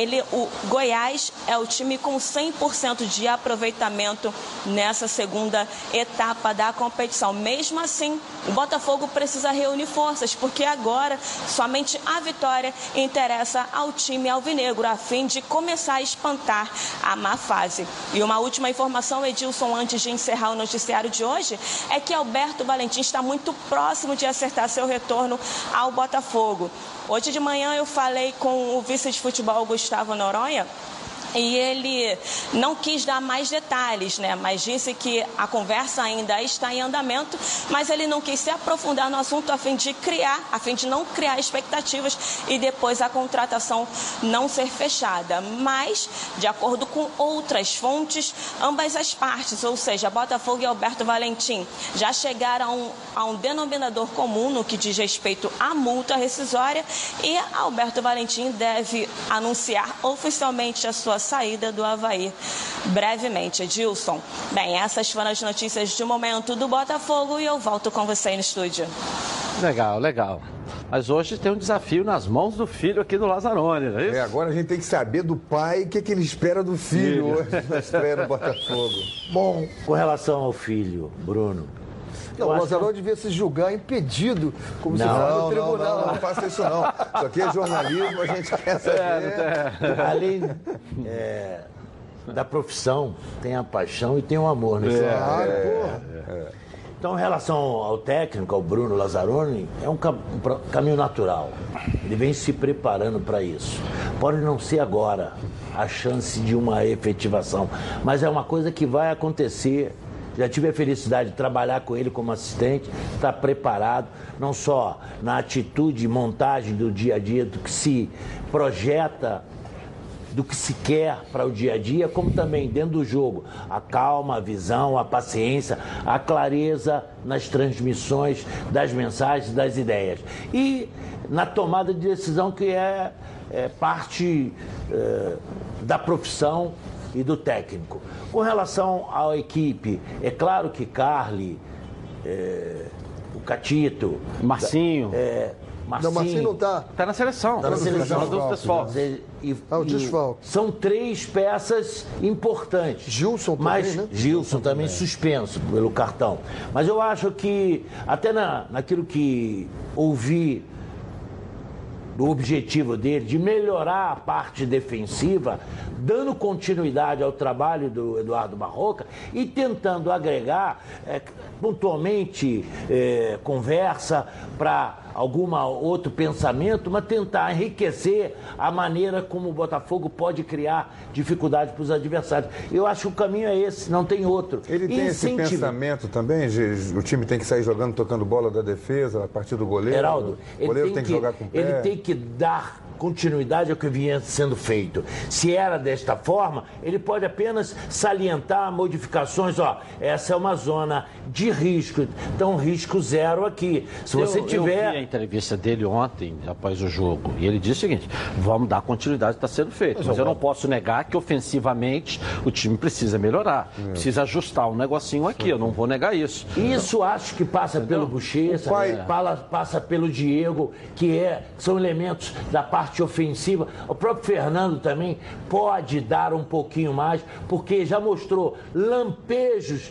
O Goiás é o time com 100% de aproveitamento nessa segunda etapa da competição. Mesmo assim, o Botafogo precisa reunir forças, porque agora somente a vitória interessa ao time alvinegro, a fim de começar a espantar a má fase. E uma última informação, Edilson, antes de encerrar o noticiário de hoje, é que Alberto Valentim está muito próximo de acertar seu retorno ao Botafogo. Hoje de manhã eu falei com o vice de futebol, Gustavo Noronha, e ele não quis dar mais detalhes, né? Mas disse que a conversa ainda está em andamento, mas ele não quis se aprofundar no assunto a fim de não criar expectativas e depois a contratação não ser fechada. Mas, de acordo com outras fontes, ambas as partes, ou seja, Botafogo e Alberto Valentim, já chegaram a um denominador comum no que diz respeito à multa rescisória, e Alberto Valentim deve anunciar oficialmente a sua saída do Avaí brevemente. Edilson, bem, essas foram as notícias de momento do Botafogo e eu volto com você aí no estúdio. Legal, legal. Mas hoje tem um desafio nas mãos do filho aqui do Lazzaroni, não é isso? Agora a gente tem que saber do pai o que ele espera do filho hoje na estreia do Botafogo. Bom, com relação ao filho, Bruno, o Lazzaroni devia se julgar impedido, como se fala no tribunal. Não faça isso não. Isso aqui é jornalismo, a gente quer saber. Além da profissão, tem a paixão e tem o amor. Então, em relação ao técnico, ao Bruno Lazzaroni, é um caminho natural. Ele vem se preparando para isso. Pode não ser agora a chance de uma efetivação, mas é uma coisa que vai acontecer. Já tive a felicidade de trabalhar com ele como assistente, está preparado, não só na atitude e montagem do dia a dia, do que se projeta, do que se quer para o dia a dia, como também dentro do jogo. A calma, a visão, a paciência, a clareza nas transmissões das mensagens, das ideias. E na tomada de decisão, que é parte da profissão e do técnico. Com relação à equipe, é claro que Carli, o Catito, Marcinho. Não, o Marcinho não está. Está na seleção. Está na seleção. O desfalque. São 3 peças importantes. Gilson também, né? Gilson também suspenso pelo cartão. Mas eu acho que, até naquilo que ouvi do objetivo dele, de melhorar a parte defensiva, dando continuidade ao trabalho do Eduardo Barroca e tentando agregar pontualmente conversa para algum outro pensamento, mas tentar enriquecer a maneira como o Botafogo pode criar dificuldade para os adversários. Eu acho que o caminho é esse, não tem outro. Ele tem esse pensamento também, o time tem que sair jogando, tocando bola da defesa, a partir do goleiro. Geraldo, o goleiro tem que jogar com o pé. Ele tem que dar continuidade ao que vinha sendo feito. Se era desta forma, ele pode apenas salientar modificações. Essa é uma zona de risco, então risco zero aqui. Se você tiver... Eu vi a entrevista dele ontem, após o jogo, e ele disse o seguinte: vamos dar continuidade, está sendo feito. Mas eu não posso negar que ofensivamente o time precisa melhorar, precisa ajustar um negocinho aqui, eu não vou negar isso. Isso acho que passa pelo Bochecha, passa pelo Diego, que são elementos da parte ofensiva. O próprio Fernando também pode dar um pouquinho mais, porque já mostrou lampejos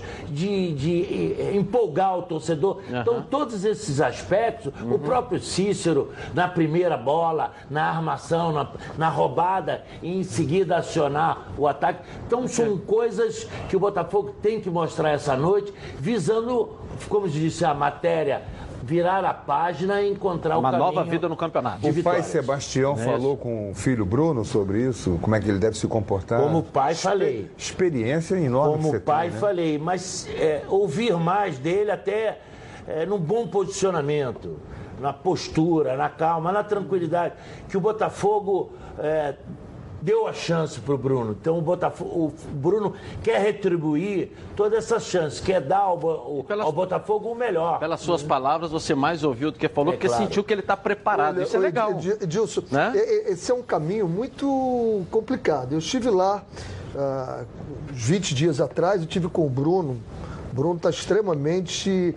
de empolgar o torcedor. Então, todos esses aspectos, o próprio Cícero, na primeira bola, na armação, na roubada, e em seguida acionar o ataque. Então, são coisas que o Botafogo tem que mostrar essa noite, visando, como disse a matéria, virar a página e encontrar uma caminho. Uma nova vida no campeonato. O pai Sebastião falou com o filho Bruno sobre isso, como é que ele deve se comportar. Como pai falei. Experiência enorme. Como pai falei, mas ouvir mais dele até num bom posicionamento, na postura, na calma, na tranquilidade, que o Botafogo deu a chance para o Bruno. Então o Bruno quer retribuir toda essa chance, quer dar ao Botafogo o melhor. Pelas suas palavras, você mais ouviu do que falou, porque claro, sentiu que ele está preparado. Isso é legal. Edilson, né? Esse é um caminho muito complicado. Eu estive lá 20 dias atrás, eu estive com o Bruno. O Bruno está extremamente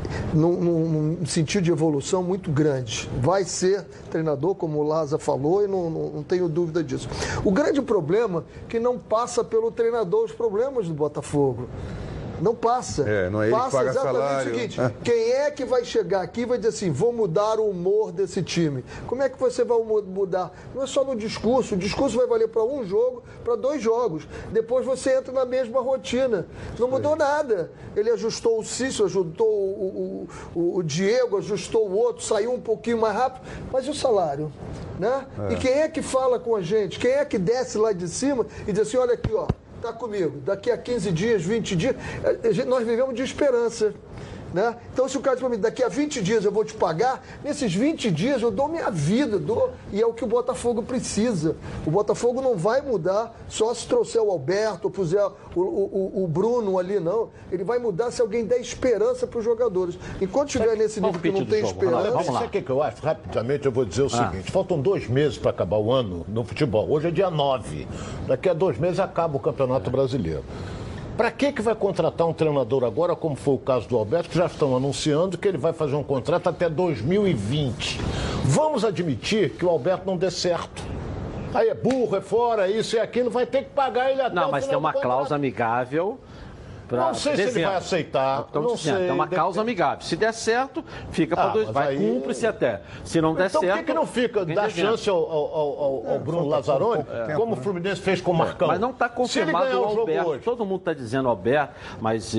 num sentido de evolução muito grande. Vai ser treinador, como o Laza falou, e não tenho dúvida disso. O grande problema é que não passa pelo treinador os problemas do Botafogo. Não passa. Não é ele que paga exatamente salário. O seguinte: quem é que vai chegar aqui e vai dizer assim, vou mudar o humor desse time? Como é que você vai mudar? Não é só no discurso. O discurso vai valer para um jogo, para 2 jogos. Depois você entra na mesma rotina. Não mudou nada. Ele ajustou o Cícero, ajustou o Diego, ajustou o outro, saiu um pouquinho mais rápido. Mas e o salário? Né? E quem é que fala com a gente? Quem é que desce lá de cima e diz assim, olha aqui, ó. Está comigo, daqui a 15 dias, 20 dias, nós vivemos de esperança. Né? Então, se o cara diz para mim, daqui a 20 dias eu vou te pagar, nesses 20 dias eu dou minha vida, e é o que o Botafogo precisa. O Botafogo não vai mudar só se trouxer o Alberto, ou puser o Bruno ali, não. Ele vai mudar se alguém der esperança para os jogadores. Enquanto estiver nesse nível que não tem esperança... Sabe o que eu acho? Rapidamente eu vou dizer o seguinte, faltam 2 meses para acabar o ano no futebol. Hoje é dia 9. Daqui a 2 meses acaba o Campeonato Brasileiro. Para que vai contratar um treinador agora, como foi o caso do Alberto, que já estão anunciando que ele vai fazer um contrato até 2020? Vamos admitir que o Alberto não dê certo. Aí é burro, é fora, isso e aquilo, vai ter que pagar ele até o final do contrato. Não, mas tem uma cláusula amigável Não sei se ele vai aceitar. Não sei. É uma causa amigável. Se der certo, fica para 2. Vai, cumpre-se até. Se não der certo... Então por que não fica? Dá chance ao Bruno Lazzaroni, como o Fluminense fez com o Marcão. Mas não está confirmado o Alberto. Todo mundo está dizendo Alberto, mas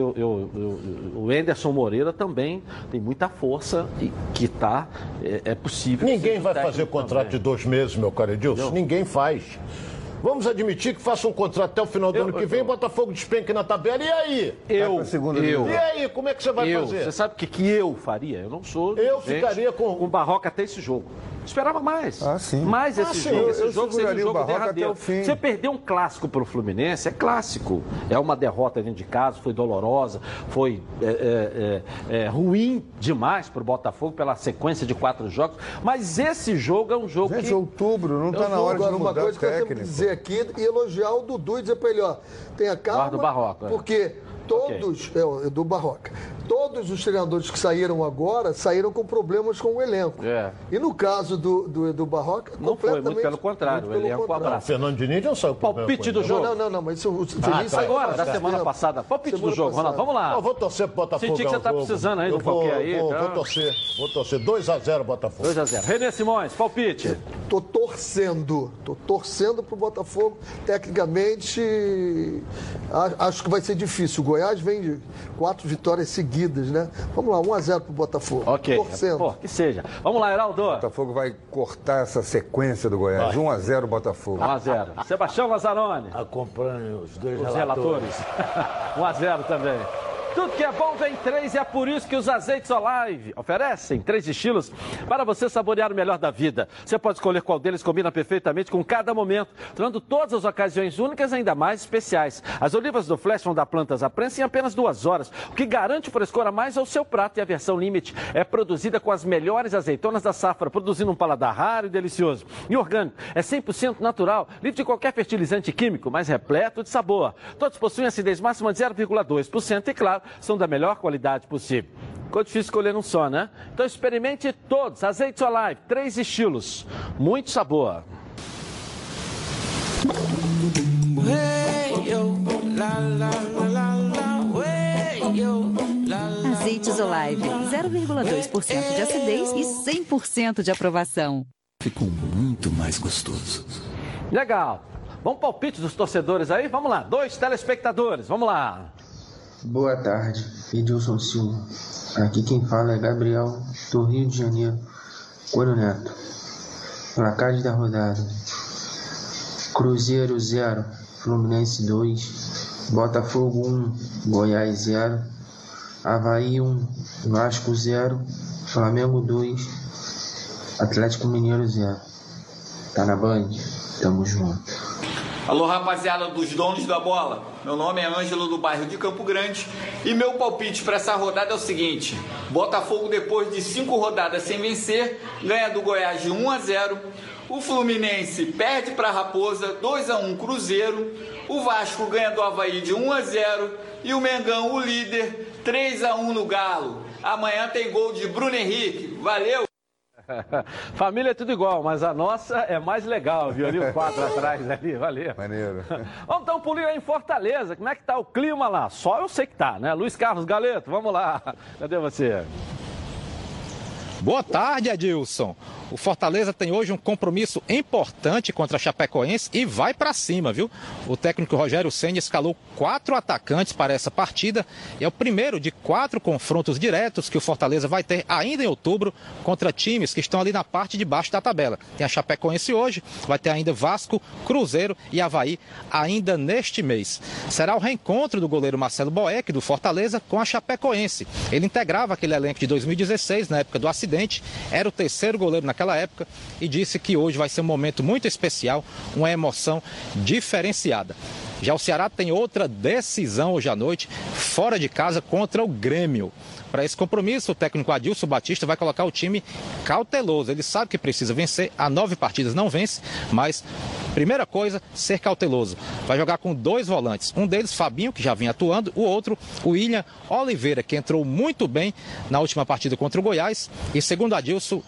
o Anderson Moreira também tem muita força e que está... É possível... Ninguém vai fazer contrato de 2 meses, meu caro Edilson. Ninguém faz. Vamos admitir que faça um contrato até o final do ano que vem, Botafogo despenque na tabela. E aí? E aí, como é que você vai fazer? Você sabe o que eu faria? Eu não sou... Eu ficaria com o Barroca até esse jogo. Esperava mais. Sim. Mais esse jogo. Esse jogo seria um jogo derradeiro. Até o fim. Você perdeu um clássico para o Fluminense, é clássico. É uma derrota dentro de casa, foi dolorosa, foi ruim demais para o Botafogo pela sequência de 4 jogos. Mas esse jogo é um jogo que... outubro, não está na hora de mudar uma coisa o técnico. Que eu tenho que dizer aqui e elogiar o Dudu e dizer para ele, tenha calma. Guarda o Barroca. Porque todos, do Barroca, todos os treinadores que saíram agora, saíram com problemas com o elenco. E no caso do Barroca, não foi, muito pelo contrário, o elenco abraço. O Fernando Diniz não saiu com palpite do jogo. Não, mas isso agora, da semana passada. Palpite do jogo, Ronaldo, vamos lá. Eu vou torcer pro Botafogo. Senti que você tá precisando aí do qualquer aí. Vou torcer. 2-0 Botafogo. 2-0. René Simões, palpite. Tô torcendo pro Botafogo. Tecnicamente, acho que vai ser difícil. O Goiás vem de 4 vitórias seguidas, né? Vamos lá, 1-0 pro Botafogo. Ok. Torcendo. Que seja. Vamos lá, Heraldo. O Botafogo vai cortar essa sequência do Goiás. 1-0 Botafogo. 1-0. Sebastião Lazzaroni. Acompanhe os dois relatores. 1-0 também. Tudo que é bom vem 3 e é por isso que os azeites Olive oferecem 3 estilos para você saborear o melhor da vida. Você pode escolher qual deles combina perfeitamente com cada momento, tornando todas as ocasiões únicas ainda mais especiais. As olivas do Flash vão dar plantas à prensa em apenas 2 horas, o que garante frescor a mais ao seu prato. E a versão Limite é produzida com as melhores azeitonas da safra, produzindo um paladar raro e delicioso. E orgânico, é 100% natural, livre de qualquer fertilizante químico, mas repleto de sabor. Todos possuem acidez máxima de 0,2% e, claro, são da melhor qualidade possível. Ficou difícil escolher um só, né? Então experimente todos. Azeites Olive, 3 estilos. Muito sabor. Azeites Olive, 0,2% de acidez e 100% de aprovação. Ficou muito mais gostoso. Legal. Vamos palpite dos torcedores aí? Vamos lá. 2 telespectadores. Vamos lá. Boa tarde, Edilson Silva. Aqui quem fala é Gabriel, do Rio de Janeiro, Coelho Neto. Placares da rodada: Cruzeiro 0, Fluminense 2, Botafogo 1, Goiás 0, Avaí 1, Vasco 0, Flamengo 2, Atlético Mineiro 0. Tá na Band? Tamo junto. Alô, rapaziada dos donos da bola. Meu nome é Ângelo, do bairro de Campo Grande. E meu palpite para essa rodada é o seguinte: Botafogo, depois de 5 rodadas sem vencer, ganha do Goiás de 1-0. O Fluminense perde para a Raposa, 2-1 Cruzeiro. O Vasco ganha do Avaí de 1-0. E o Mengão, o líder, 3-1 no Galo. Amanhã tem gol de Bruno Henrique. Valeu! Família é tudo igual, mas a nossa é mais legal, viu? Ali o 4 atrás, ali, valeu. Maneiro. Vamos dar um pulinho aí em Fortaleza. Como é que tá o clima lá? Só eu sei que tá, né? Luiz Carlos Galeto, vamos lá. Cadê você? Boa tarde, Edilson. O Fortaleza tem hoje um compromisso importante contra a Chapecoense e vai para cima, viu? O técnico Rogério Ceni escalou 4 atacantes para essa partida e é o primeiro de 4 confrontos diretos que o Fortaleza vai ter ainda em outubro contra times que estão ali na parte de baixo da tabela. Tem a Chapecoense hoje, vai ter ainda Vasco, Cruzeiro e Avaí ainda neste mês. Será o reencontro do goleiro Marcelo Boeck, do Fortaleza, com a Chapecoense. Ele integrava aquele elenco de 2016, na época do acidente, era o 3º goleiro naquela época e disse que hoje vai ser um momento muito especial, uma emoção diferenciada. Já o Ceará tem outra decisão hoje à noite, fora de casa contra o Grêmio. Para esse compromisso, o técnico Adilson Batista vai colocar o time cauteloso. Ele sabe que precisa vencer, há 9 partidas não vence, mas primeira coisa, ser cauteloso. Vai jogar com 2 volantes, um deles Fabinho, que já vinha atuando, o outro, o William Oliveira, que entrou muito bem na última partida contra o Goiás e, segundo Adilson,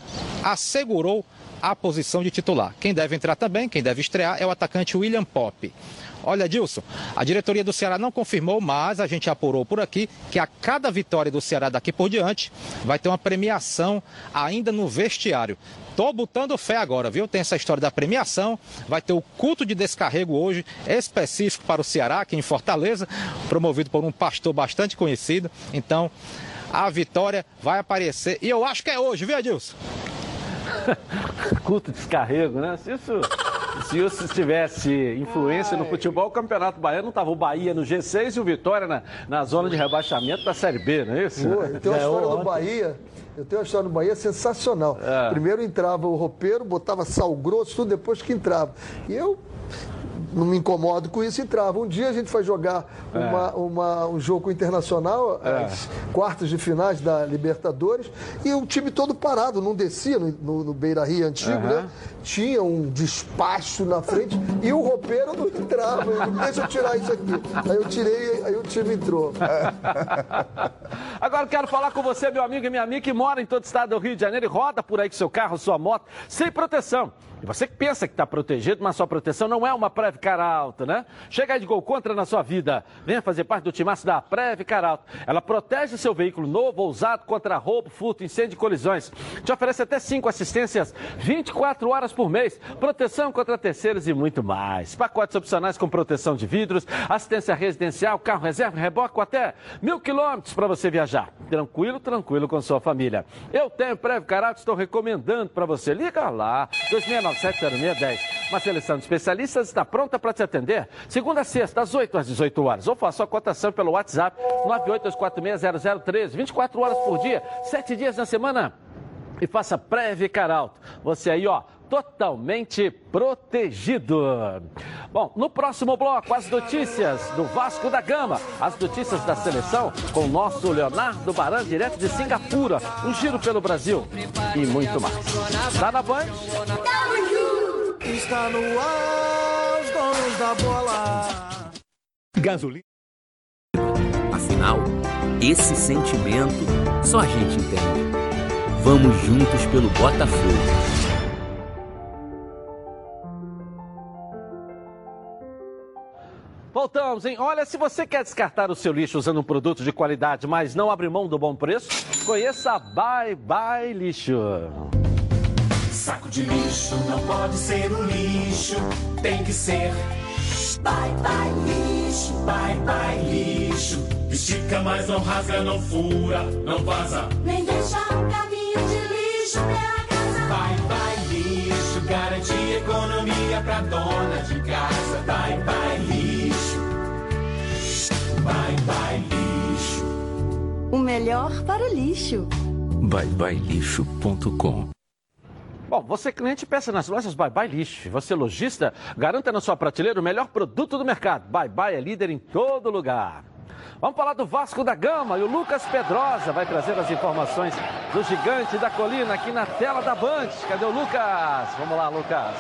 assegurou a posição de titular. Quem deve entrar também, quem deve estrear é o atacante William Popp. Olha, Dilson, a diretoria do Ceará não confirmou, mas a gente apurou por aqui que a cada vitória do Ceará daqui por diante vai ter uma premiação ainda no vestiário. Tô botando fé agora, viu? Tem essa história da premiação, vai ter o culto de descarrego hoje, específico para o Ceará, aqui em Fortaleza, promovido por um pastor bastante conhecido. Então, a vitória vai aparecer e eu acho que é hoje, viu, Adilson? Culto de descarrego, né? Se isso tivesse influência no futebol, o Campeonato Baiano não estava o Bahia no G6 e o Vitória na zona de rebaixamento da Série B, não é isso? Eu tenho uma história do Bahia sensacional. Primeiro entrava o roupeiro, botava sal grosso, tudo depois que entrava. E eu não me incomodo com isso, entrava. Um dia a gente foi jogar um jogo internacional, as quartas de finais da Libertadores, e o time todo parado, não descia no Beira-Rio antigo, né? Tinha um despacho na frente e o roupeiro não entrava. Deixa eu tirar isso aqui. Aí eu tirei, aí o time entrou. Agora quero falar com você, meu amigo e minha amiga, que mora em todo o estado do Rio de Janeiro e roda por aí com seu carro, sua moto, sem proteção. E você que pensa que está protegido, mas sua proteção não é uma Previcar Alto, né? Chega aí de Gol Contra na sua vida. Venha fazer parte do timaço da Previcar Alto. Ela protege seu veículo novo ou usado contra roubo, furto, incêndio e colisões. Te oferece até 5 assistências 24 horas por mês, proteção contra terceiros e muito mais. Pacotes opcionais com proteção de vidros, assistência residencial, carro reserva, reboque com até 1.000 quilômetros para você viajar. Tranquilo com sua família. Eu tenho Previcar Alto, estou recomendando para você. Liga lá, 2697-0610. Uma seleção de especialistas está pronta para te atender. Segunda a sexta, das 8 às 18 horas. Ou faça a cotação pelo WhatsApp 982460013. 24 horas por dia, 7 dias na semana. E faça Previcar Alto. Você aí, ó, totalmente protegido. Bom, no próximo bloco, as notícias do Vasco da Gama, as notícias da seleção com o nosso Leonardo Baran, direto de Singapura, um giro pelo Brasil e muito mais. Tá na Band? Está no ar, os donos da bola. Gasolina. Afinal, esse sentimento só a gente entende. Vamos juntos pelo Botafogo. Voltamos, hein? Olha, se você quer descartar o seu lixo usando um produto de qualidade, mas não abrir mão do bom preço, conheça a Bye Bye Lixo. Saco de lixo não pode ser um lixo, tem que ser Bye Bye Lixo, Bye Bye Lixo. Estica, mas não rasga, não fura, não vaza, nem deixa um caminho de lixo pela casa. Bye Bye Lixo, garante economia pra dona de casa. Bye Bye Lixo, Bye Bye Lixo. O melhor para o lixo. ByeByeLixo.com. Bom, você cliente peça nas lojas Bye Bye Lixo. Você lojista, garanta na sua prateleira o melhor produto do mercado. Bye Bye é líder em todo lugar. Vamos falar do Vasco da Gama e o Lucas Pedrosa vai trazer as informações do Gigante da Colina aqui na tela da Band. Cadê o Lucas? Vamos lá, Lucas.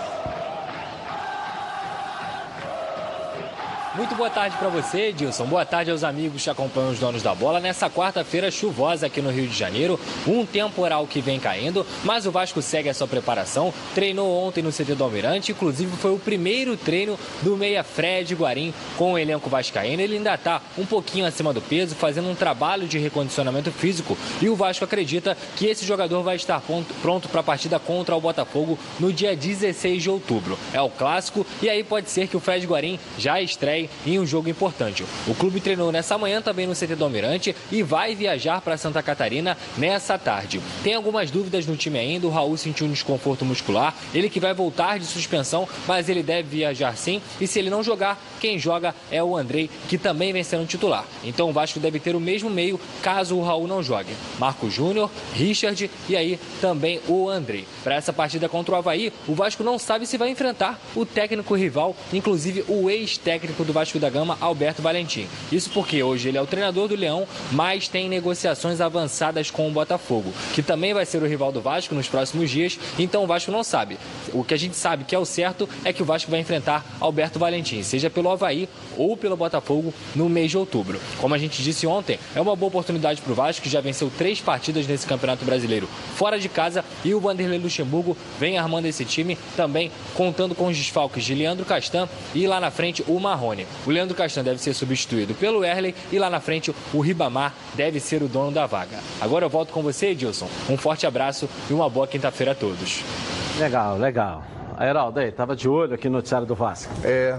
Muito boa tarde para você, Edilson. Boa tarde aos amigos que acompanham os donos da bola nessa quarta-feira chuvosa aqui no Rio de Janeiro. Um temporal que vem caindo, mas o Vasco segue a sua preparação. Treinou ontem no CT do Almirante, inclusive foi o primeiro treino do meia Fred Guarim com o elenco vascaíno. Ele ainda está um pouquinho acima do peso, fazendo um trabalho de recondicionamento físico. E o Vasco acredita que esse jogador vai estar pronto para a partida contra o Botafogo no dia 16 de outubro. É o clássico e aí pode ser que o Fred Guarim já estreie em um jogo importante. O clube treinou nessa manhã também no CT do Almirante e vai viajar para Santa Catarina nessa tarde. Tem algumas dúvidas no time ainda, o Raul sentiu um desconforto muscular, ele que vai voltar de suspensão, mas ele deve viajar sim, e se ele não jogar, quem joga é o Andrei, que também vem sendo titular. Então o Vasco deve ter o mesmo meio caso o Raul não jogue. Marco Júnior, Richard e aí também o Andrei. Para essa partida contra o Avaí, o Vasco não sabe se vai enfrentar o técnico rival, inclusive o ex-técnico do do Vasco da Gama, Alberto Valentim. Isso porque hoje ele é o treinador do Leão, mas tem negociações avançadas com o Botafogo, que também vai ser o rival do Vasco nos próximos dias, então o Vasco não sabe. O que a gente sabe que é o certo é que o Vasco vai enfrentar Alberto Valentim, seja pelo Avaí ou pelo Botafogo no mês de outubro. Como a gente disse ontem, é uma boa oportunidade para o Vasco, que já venceu 3 partidas nesse Campeonato Brasileiro fora de casa, e o Vanderlei Luxemburgo vem armando esse time também, contando com os desfalques de Leandro Castan e lá na frente o Marrone. O Leandro Castan deve ser substituído pelo Erley e lá na frente o Ribamar deve ser o dono da vaga. Agora eu volto com você, Edilson. Um forte abraço e uma boa quinta-feira a todos. Legal, legal. Heraldo, aí, estava de olho aqui no noticiário do Vasco.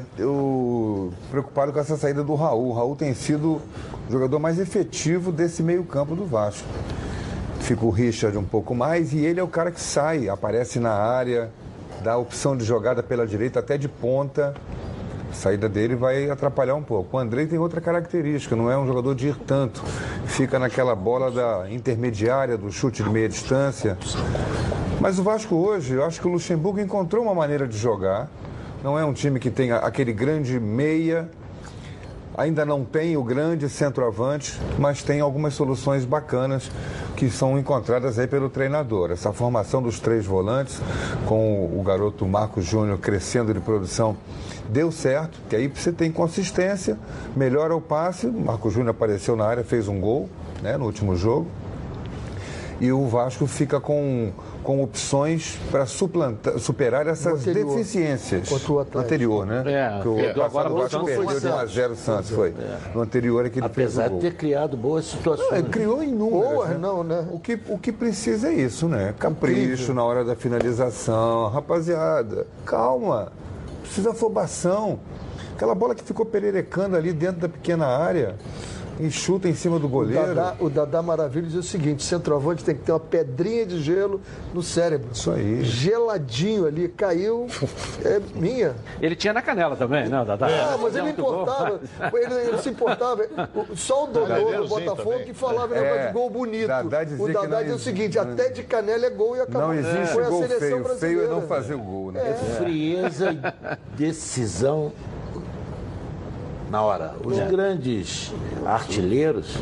Eu preocupado com essa saída do Raul. O Raul tem sido o jogador mais efetivo desse meio-campo do Vasco. Fica o Richard um pouco mais e ele é o cara que sai, aparece na área, dá a opção de jogada pela direita, até de ponta. A saída dele vai atrapalhar um pouco. O Andrei tem outra característica, não é um jogador de ir tanto. Fica naquela bola da intermediária, do chute de meia distância. Mas o Vasco hoje, eu acho que o Luxemburgo encontrou uma maneira de jogar. Não é um time que tem aquele grande meia, ainda não tem o grande centroavante, mas tem algumas soluções bacanas que são encontradas aí pelo treinador. Essa formação dos 3 volantes, com o garoto Marcos Júnior crescendo de produção, deu certo, que aí você tem consistência, melhora o passe. O Marcos Júnior apareceu na área, fez um gol, né, no último jogo. E o Vasco fica com opções para superar essas deficiências do anterior, né? Agora o Vasco perdeu de 1-0 o Santos, foi. No anterior é que ele apesar fez o gol. de ter criado boas situações. Ele criou inúmeras, né? Não, né? O que precisa é isso, né? Capricho na hora da finalização. Rapaziada, calma. Precisa afobação. Aquela bola que ficou pererecando ali dentro da pequena área e chuta em cima do goleiro. O Dadá Maravilha diz o seguinte: centroavante tem que ter uma pedrinha de gelo no cérebro. Isso aí. Geladinho ali, caiu, é minha. Ele tinha na canela também, né, Dadá? Mas ele importava, ele se importava. Só o Dodô do Botafogo também, que falava de gol bonito. O Dadá diz o seguinte: até de canela é gol e acabou. Não existe Foi gol a seleção feio. brasileira. Feio é não fazer o gol, né? Frieza e decisão na hora. Os grandes artilheiros,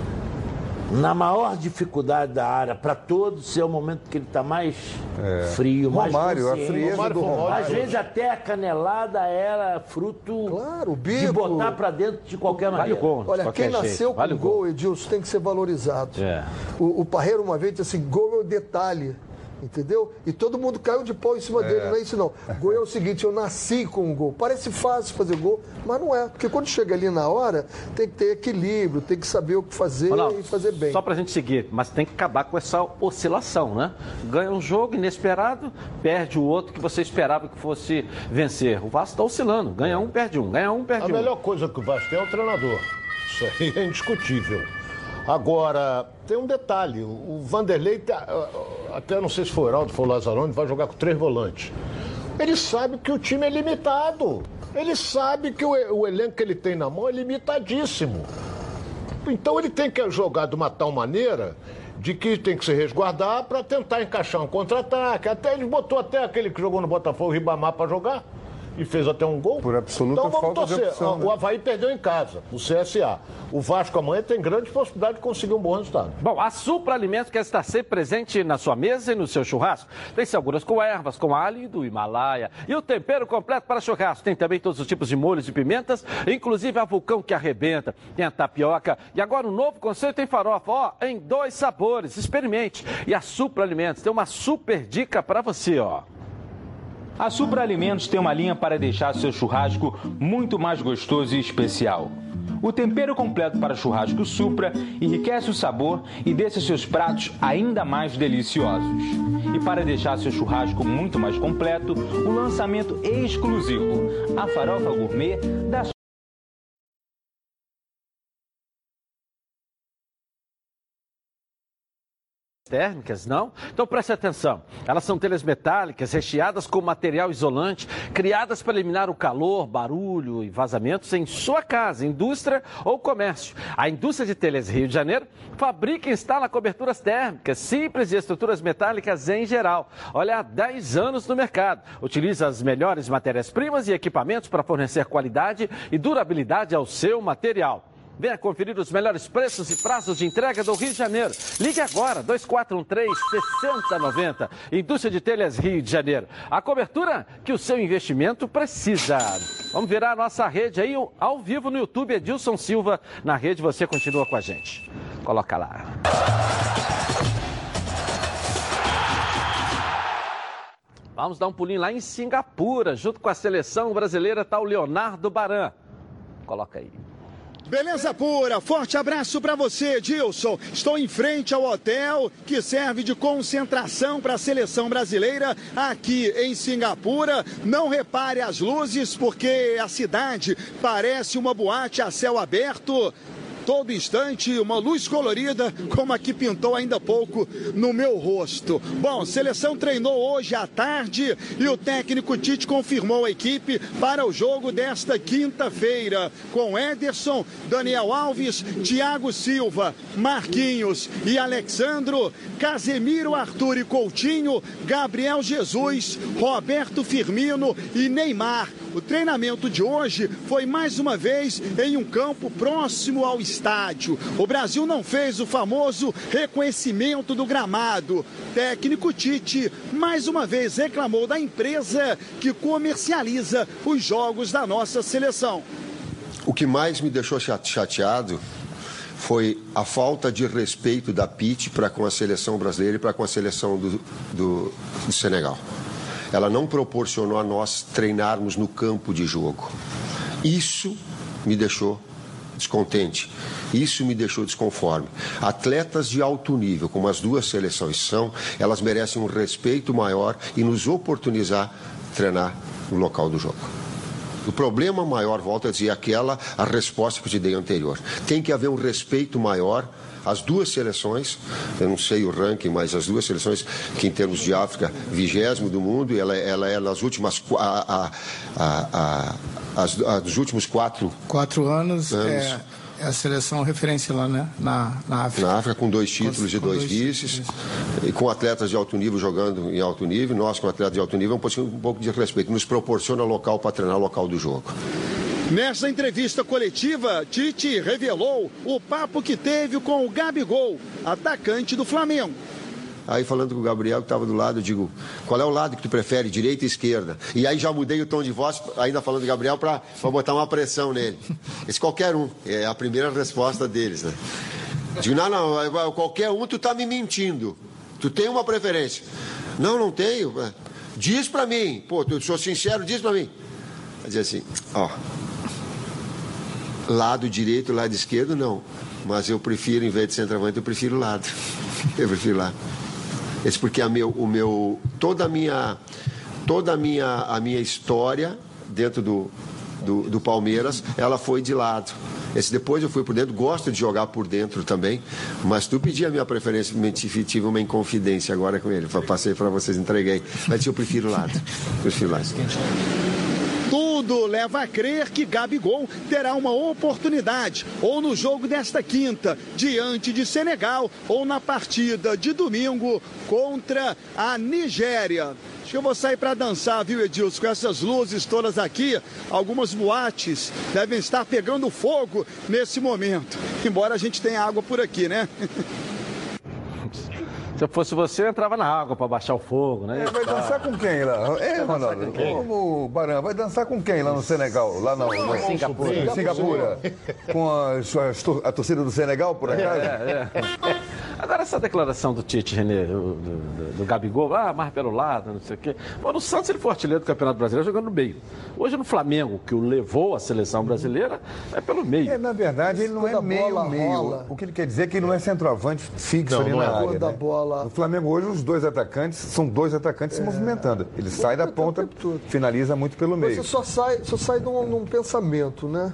na maior dificuldade da área, para todos, é o momento que ele está mais frio, mais consciente. A frieza do Romário. Às vezes até a canelada era fruto de botar para dentro de qualquer maneira. Olha, quem nasceu com gol, Edilson, tem que ser valorizado. O Parreira uma vez disse assim: gol é o detalhe. Entendeu? E todo mundo caiu de pau em cima dele, não é isso não. Gol é o seguinte: eu nasci com um gol. Parece fácil fazer gol, mas não é. Porque quando chega ali na hora, tem que ter equilíbrio, tem que saber o que fazer e fazer bem. Só pra gente seguir, mas tem que acabar com essa oscilação, né? Ganha um jogo inesperado, perde o outro que você esperava que fosse vencer. O Vasco tá oscilando, ganha um, perde um, ganha um, perde um. A melhor coisa que o Vasco tem é o treinador. Isso aí é indiscutível. Agora, tem um detalhe, o Vanderlei, até não sei se foi o Heraldo, foi o Lazzaroni, vai jogar com 3 volantes. Ele sabe que o time é limitado. Ele sabe que o elenco que ele tem na mão é limitadíssimo. Então ele tem que jogar de uma tal maneira de que tem que se resguardar para tentar encaixar um contra-ataque. Até ele botou até aquele que jogou no Botafogo, o Ribamar, para jogar. E fez até um gol. Por absoluta então vamos falta de opção, O Avaí perdeu em casa, o CSA. O Vasco amanhã tem grande possibilidade de conseguir um bom resultado. Bom, a Supra Alimentos quer estar sempre presente na sua mesa e no seu churrasco. Tem seguras com ervas, com alho do Himalaia. E o tempero completo para churrasco. Tem também todos os tipos de molhos e pimentas, inclusive a Vulcão que arrebenta. Tem a tapioca e agora um novo conceito em farofa, em 2 sabores. Experimente. E a Supra Alimentos tem uma super dica para você, A Supra Alimentos tem uma linha para deixar seu churrasco muito mais gostoso e especial. O tempero completo para churrasco Supra enriquece o sabor e deixa seus pratos ainda mais deliciosos. E para deixar seu churrasco muito mais completo, o lançamento exclusivo, a farofa gourmet da térmicas, não? Então preste atenção. Elas são telhas metálicas recheadas com material isolante, criadas para eliminar o calor, barulho e vazamentos em sua casa, indústria ou comércio. A indústria de telhas Rio de Janeiro fabrica e instala coberturas térmicas simples e estruturas metálicas em geral. Olha, há 10 anos no mercado. Utiliza as melhores matérias-primas e equipamentos para fornecer qualidade e durabilidade ao seu material. Venha conferir os melhores preços e prazos de entrega do Rio de Janeiro. Ligue agora, 2413-6090. Indústria de Telhas Rio de Janeiro. A cobertura que o seu investimento precisa. Vamos virar a nossa rede aí ao vivo no YouTube. Edilson Silva na rede. Você continua com a gente. Coloca lá. Vamos dar um pulinho lá em Singapura. Junto com a seleção brasileira está o Leonardo Baran. Coloca aí. Beleza pura, forte abraço para você, Edilson. Estou em frente ao hotel que serve de concentração para a seleção brasileira aqui em Singapura. Não repare as luzes porque a cidade parece uma boate a céu aberto. Todo instante, uma luz colorida, como a que pintou ainda há pouco no meu rosto. Bom, seleção treinou hoje à tarde e o técnico Tite confirmou a equipe para o jogo desta quinta-feira, com Ederson, Daniel Alves, Thiago Silva, Marquinhos e Alexandro, Casemiro, Arthur e Coutinho, Gabriel Jesus, Roberto Firmino e Neymar. O treinamento de hoje foi mais uma vez em um campo próximo ao estádio. O Brasil não fez o famoso reconhecimento do gramado. Técnico Tite mais uma vez reclamou da empresa que comercializa os jogos da nossa seleção. O que mais me deixou chateado foi a falta de respeito da Pitt para com a seleção brasileira e para com a seleção do Senegal. Ela não proporcionou a nós treinarmos no campo de jogo. Isso me deixou descontente. Isso me deixou desconforme. Atletas de alto nível, como as duas seleções são, elas merecem um respeito maior e nos oportunizar treinar no local do jogo. O problema maior, volto a dizer, a resposta que eu te dei anterior. Tem que haver um respeito maior. As duas seleções, eu não sei o ranking, mas as duas seleções que em termos de África, 20º do mundo, ela é nas últimas dos últimos 4 anos. É a seleção referência lá, né? Na África. Na África, com 2 títulos e 2 vices, e com atletas de alto nível jogando em alto nível. Nós, com atletas de alto nível, um pouco de respeito. Nos proporciona local para treinar o local do jogo. Nessa entrevista coletiva, Tite revelou o papo que teve com o Gabigol, atacante do Flamengo. Aí falando com o Gabriel, que estava do lado, eu digo, qual é o lado que tu prefere, direita ou esquerda? E aí já mudei o tom de voz, ainda falando do Gabriel, para botar uma pressão nele. Esse qualquer um, é a primeira resposta deles, né? Digo, não, qualquer um, tu tá me mentindo. Tu tem uma preferência. Não tenho. Diz para mim, pô, eu sou sincero, diz para mim. Vai dizer assim, ó, lado direito, lado esquerdo, não. Mas eu prefiro, em vez de centroavante, eu prefiro lado. Eu prefiro lado. Esse porque toda a minha história dentro do Palmeiras, ela foi de lado. Esse depois eu fui por dentro, gosto de jogar por dentro também, mas tu pedi a minha preferência, tive uma inconfidência agora com ele, passei para vocês, entreguei, mas eu prefiro lado. Prefiro lado. Tudo leva a crer que Gabigol terá uma oportunidade, ou no jogo desta quinta, diante de Senegal, ou na partida de domingo contra a Nigéria. Acho que eu vou sair para dançar, viu, Edilson? Com essas luzes todas aqui, algumas boates devem estar pegando fogo nesse momento. Embora a gente tenha água por aqui, né? Se eu fosse você, eu entrava na água para baixar o fogo, né? Vai dançar com quem lá? Ronaldo, como o Baran, vai dançar com quem lá no Senegal? Lá no Singapura. Com a torcida do Senegal, por acaso? Agora, essa declaração do Tite, Renê, do Gabigol, mais pelo lado, não sei o quê. Pô, no Santos ele foi artilheiro do Campeonato Brasileiro jogando no meio. Hoje no Flamengo, que o levou à seleção brasileira, é pelo meio. Na verdade, ele não é meio. O que ele quer dizer é que ele não é centroavante fixo ali na área. Né? No Flamengo hoje, os dois atacantes são dois atacantes se movimentando. Ele sai da ponta, finaliza muito pelo meio. Você só sai num pensamento, né?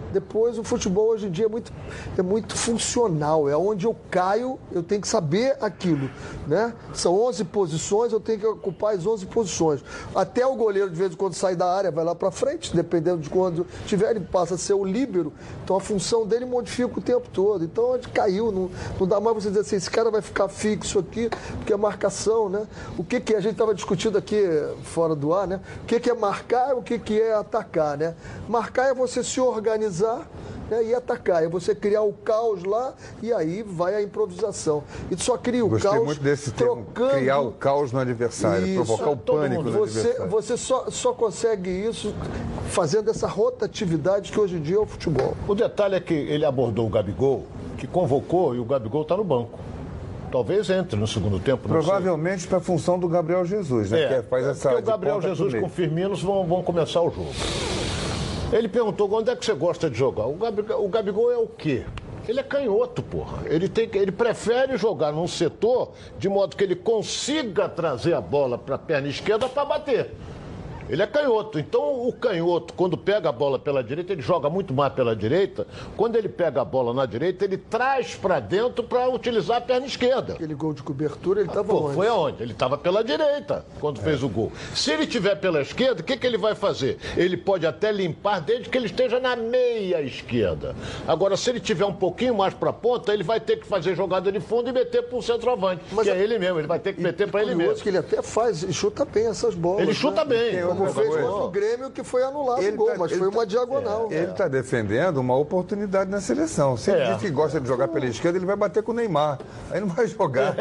Depois, o futebol hoje em dia é muito funcional. É onde eu caio, eu tenho que saber aquilo, né? São 11 posições, eu tenho que ocupar as 11 posições. Até o goleiro, de vez em quando, sai da área, vai lá para frente, dependendo de quando tiver, ele passa a ser o líbero. Então, a função dele modifica o tempo todo. Então, onde caiu, não dá mais você dizer assim, esse cara vai ficar fixo aqui, porque é marcação, né? O que a gente estava discutindo aqui fora do ar, né? O que é marcar e o que é atacar, né? Marcar é você se organizar, né, e atacar. É você criar o caos lá e aí vai a improvisação. E tu só cria o caos muito desse trocando... criar o caos no adversário, isso, provocar o pânico no adversário. Você só consegue isso fazendo essa rotatividade que hoje em dia é o futebol. O detalhe é que ele abordou o Gabigol, que convocou, e o Gabigol está no banco. Talvez entre no segundo tempo. Provavelmente para a função do Gabriel Jesus, né? Que faz essa porque o Gabriel Jesus com o Firmino vão começar o jogo. Ele perguntou onde é que você gosta de jogar. O Gabigol é o quê? Ele é canhoto, porra. Ele prefere jogar num setor de modo que ele consiga trazer a bola para a perna esquerda para bater. Ele é canhoto. Então, o canhoto, quando pega a bola pela direita, ele joga muito mais pela direita. Quando ele pega a bola na direita, ele traz para dentro para utilizar a perna esquerda. Aquele gol de cobertura, ele estava onde? Foi aonde? Ele estava pela direita quando fez o gol. Se ele estiver pela esquerda, o que ele vai fazer? Ele pode até limpar desde que ele esteja na meia esquerda. Agora, se ele tiver um pouquinho mais para a ponta, ele vai ter que fazer jogada de fundo e meter para o centroavante. Mas é ele mesmo, ele vai ter que meter para ele mesmo. Que ele até faz e chuta bem essas bolas. Ele chuta bem. Como fez contra o Grêmio, que foi anulado o gol, mas foi uma diagonal. Ele está defendendo uma oportunidade na seleção. Se ele diz que gosta de jogar pela esquerda, ele vai bater com o Neymar. Aí não vai jogar.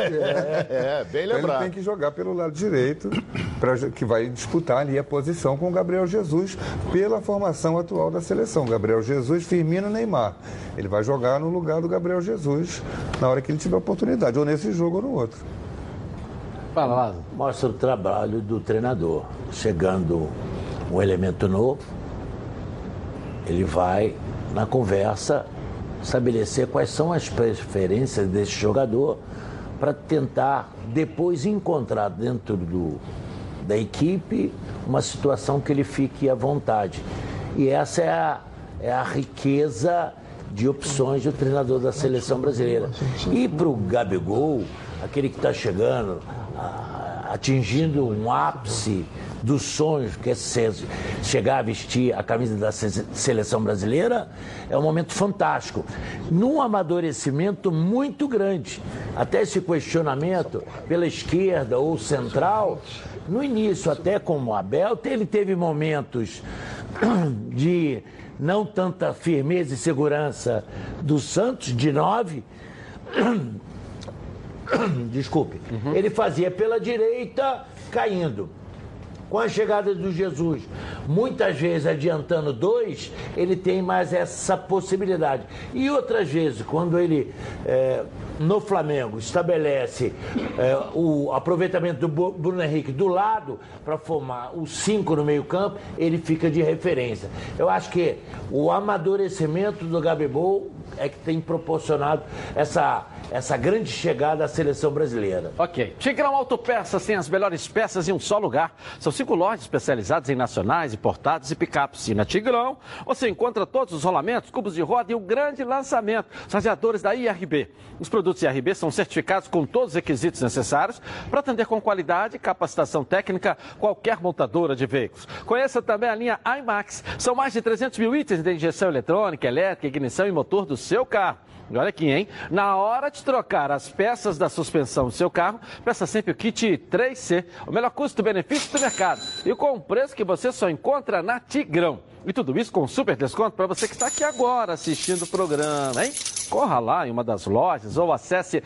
Bem lembrado. Então ele tem que jogar pelo lado direito, que vai disputar ali a posição com o Gabriel Jesus pela formação atual da seleção. Gabriel Jesus, Firmino, Neymar. Ele vai jogar no lugar do Gabriel Jesus na hora que ele tiver oportunidade, ou nesse jogo ou no outro. Fala, Lázaro. Mostra o trabalho do treinador. Chegando um elemento novo, ele vai, na conversa, estabelecer quais são as preferências desse jogador para tentar depois encontrar dentro da equipe uma situação que ele fique à vontade. E essa é a riqueza de opções do treinador da seleção brasileira. E para o Gabigol, aquele que está chegando, atingindo um ápice dos sonhos, que é chegar a vestir a camisa da seleção brasileira, é um momento fantástico. Num amadurecimento muito grande. Até esse questionamento pela esquerda ou central, no início, até como o Abel, ele teve momentos de não tanta firmeza e segurança do Santos, de 9. Desculpe. Ele fazia pela direita, caindo. Com a chegada do Jesus, muitas vezes adiantando 2, ele tem mais essa possibilidade. E outras vezes, quando ele, no Flamengo, estabelece o aproveitamento do Bruno Henrique do lado para formar o 5 no meio-campo, ele fica de referência. Eu acho que o amadurecimento do Gabigol é que tem proporcionado essa grande chegada à seleção brasileira. Ok. Tigrão Autopeças tem as melhores peças em um só lugar. São 5 lojas especializadas em nacionais, importados e picapes. E na Tigrão você encontra todos os rolamentos, cubos de roda e o grande lançamento, os radiadores da IRB. Os produtos IRB são certificados com todos os requisitos necessários para atender com qualidade e capacitação técnica qualquer montadora de veículos. Conheça também a linha IMAX. São mais de 300 mil itens de injeção eletrônica, elétrica, ignição e motor do seu carro. E olha aqui, hein? Na hora de trocar as peças da suspensão do seu carro, peça sempre o kit 3C, o melhor custo-benefício do mercado. E com um preço que você só encontra na Tigrão. E tudo isso com super desconto para você que está aqui agora assistindo o programa, hein? Corra lá em uma das lojas ou acesse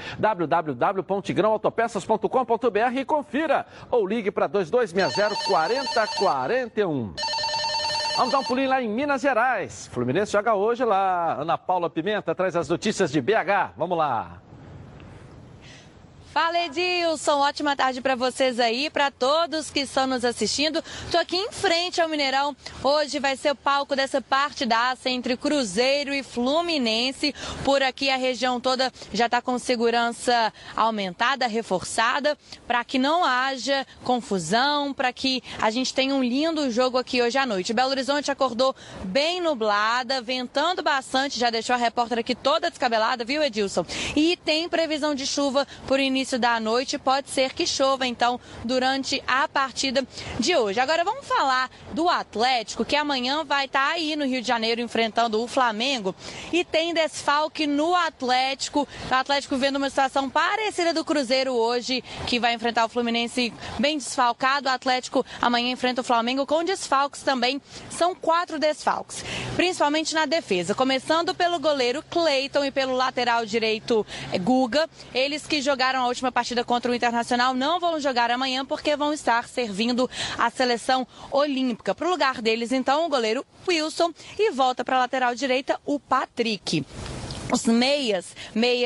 www.tigrãoautopeças.com.br e confira. Ou ligue para 2260-4041. Vamos dar um pulinho lá em Minas Gerais. Fluminense joga hoje lá. Ana Paula Pimenta traz as notícias de BH. Vamos lá. Fala, Edilson, ótima tarde para vocês aí, para todos que estão nos assistindo. Estou aqui em frente ao Mineirão. Hoje vai ser o palco dessa partidaça entre Cruzeiro e Fluminense. Por aqui a região toda já está com segurança aumentada, reforçada, para que não haja confusão, para que a gente tenha um lindo jogo aqui hoje à noite. Belo Horizonte acordou bem nublada, ventando bastante, já deixou a repórter aqui toda descabelada, viu, Edilson? E tem previsão de chuva por início da noite, pode ser que chova então durante a partida de hoje. Agora vamos falar do Atlético, que amanhã vai estar aí no Rio de Janeiro enfrentando o Flamengo e tem desfalque no Atlético. O Atlético vendo uma situação parecida do Cruzeiro hoje, que vai enfrentar o Fluminense bem desfalcado. O Atlético amanhã enfrenta o Flamengo com desfalques também. São 4 desfalques, principalmente na defesa, começando pelo goleiro Cleiton e pelo lateral direito Guga. Eles que jogaram a última partida contra o Internacional não vão jogar amanhã porque vão estar servindo a seleção olímpica. Para o lugar deles, então, o goleiro Wilson e volta para a lateral direita o Patrick. Os meias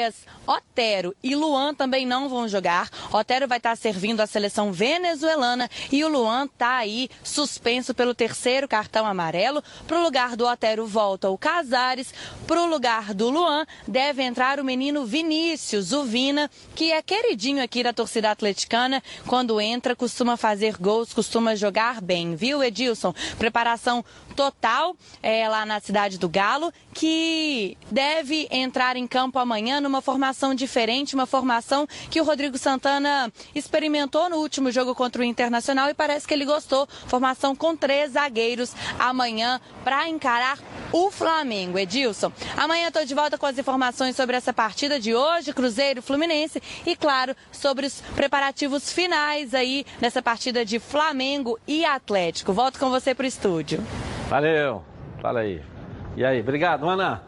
Otero e Luan também não vão jogar. Otero vai estar servindo a seleção venezuelana e o Luan está aí suspenso pelo 3º cartão amarelo. Para o lugar do Otero volta o Casares. Para o lugar do Luan deve entrar o menino Vinícius, o Vina, que é queridinho aqui da torcida atleticana. Quando entra, costuma fazer gols, costuma jogar bem, viu, Edilson? Preparação total lá na Cidade do Galo, que deve entrar em campo amanhã numa formação diferente, uma formação que o Rodrigo Santana experimentou no último jogo contra o Internacional e parece que ele gostou. Formação com 3 zagueiros amanhã para encarar o Flamengo. Edilson, amanhã estou de volta com as informações sobre essa partida de hoje, Cruzeiro e Fluminense, e claro, sobre os preparativos finais aí dessa partida de Flamengo e Atlético. Volto com você para o estúdio. Valeu, fala aí. E aí, obrigado, Ana.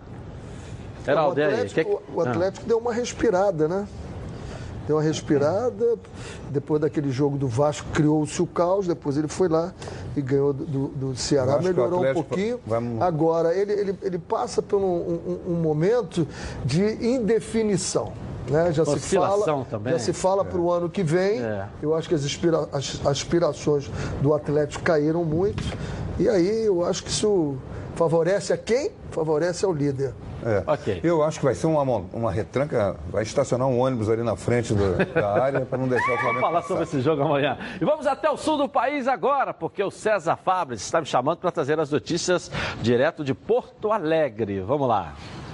O Atlético deu uma respirada, né? Deu uma respirada, depois daquele jogo do Vasco criou-se o caos, depois ele foi lá e ganhou do Ceará, melhorou um pouquinho. Agora, ele passa por um momento de indefinição. Né? Já se fala para o ano que vem. Eu acho que as aspirações do Atlético caíram muito. E aí eu acho que isso favorece a quem? Favorece ao líder. Okay. Eu acho que vai ser uma retranca, vai estacionar um ônibus ali na frente da área para não deixar o Flamengo Vamos falar passar sobre esse jogo amanhã. E vamos até o sul do país agora, porque o César Fabris está me chamando para trazer as notícias direto de Porto Alegre. Vamos lá.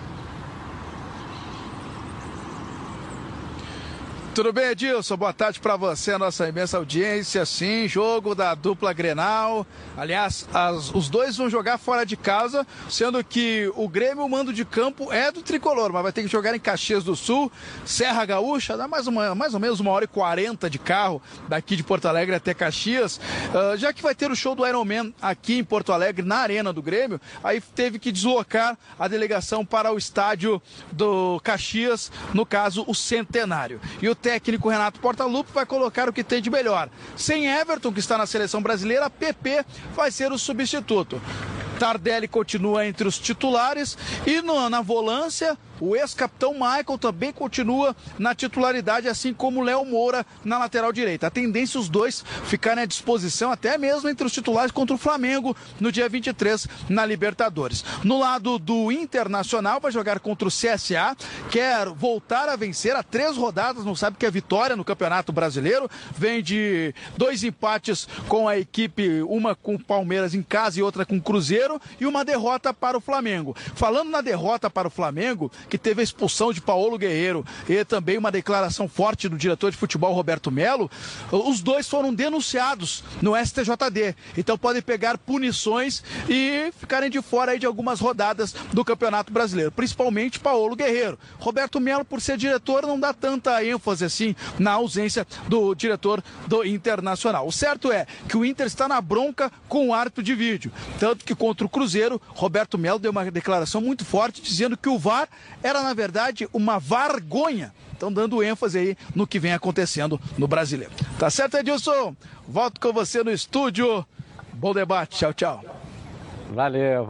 Tudo bem, Edilson? Boa tarde para você, a nossa imensa audiência. Sim, jogo da dupla Grenal. Aliás, os dois vão jogar fora de casa, sendo que o Grêmio, o mando de campo é do Tricolor, mas vai ter que jogar em Caxias do Sul, Serra Gaúcha, dá mais ou menos 1h40 de carro daqui de Porto Alegre até Caxias. Já que vai ter o show do Iron Man aqui em Porto Alegre, na Arena do Grêmio, aí teve que deslocar a delegação para o estádio do Caxias, no caso, o Centenário. E o técnico Renato Portaluppi vai colocar o que tem de melhor. Sem Everton, que está na seleção brasileira, PP vai ser o substituto. Tardelli continua entre os titulares e na volância, o ex-capitão Michael também continua na titularidade, assim como o Léo Moura na lateral direita. A tendência os dois ficarem à disposição, até mesmo entre os titulares contra o Flamengo no dia 23 na Libertadores. No lado do Internacional, vai jogar contra o CSA, quer voltar a vencer há 3 rodadas, não sabe que é vitória no Campeonato Brasileiro, vem de 2 empates com a equipe, uma com o Palmeiras em casa e outra com o Cruzeiro, e uma derrota para o Flamengo. Falando na derrota para o Flamengo, que teve a expulsão de Paulo Guerreiro e também uma declaração forte do diretor de futebol Roberto Melo, os dois foram denunciados no STJD, então podem pegar punições e ficarem de fora aí de algumas rodadas do Campeonato Brasileiro, principalmente Paulo Guerreiro. Roberto Melo, por ser diretor, não dá tanta ênfase assim na ausência do diretor do Internacional. O certo é que o Inter está na bronca com o árbitro de vídeo, tanto que contra o Cruzeiro, Roberto Melo deu uma declaração muito forte dizendo que o VAR era, na verdade, uma vergonha. Então, dando ênfase aí no que vem acontecendo no Brasileiro. Tá certo, Edilson? Volto com você no estúdio. Bom debate. Tchau, tchau. Valeu.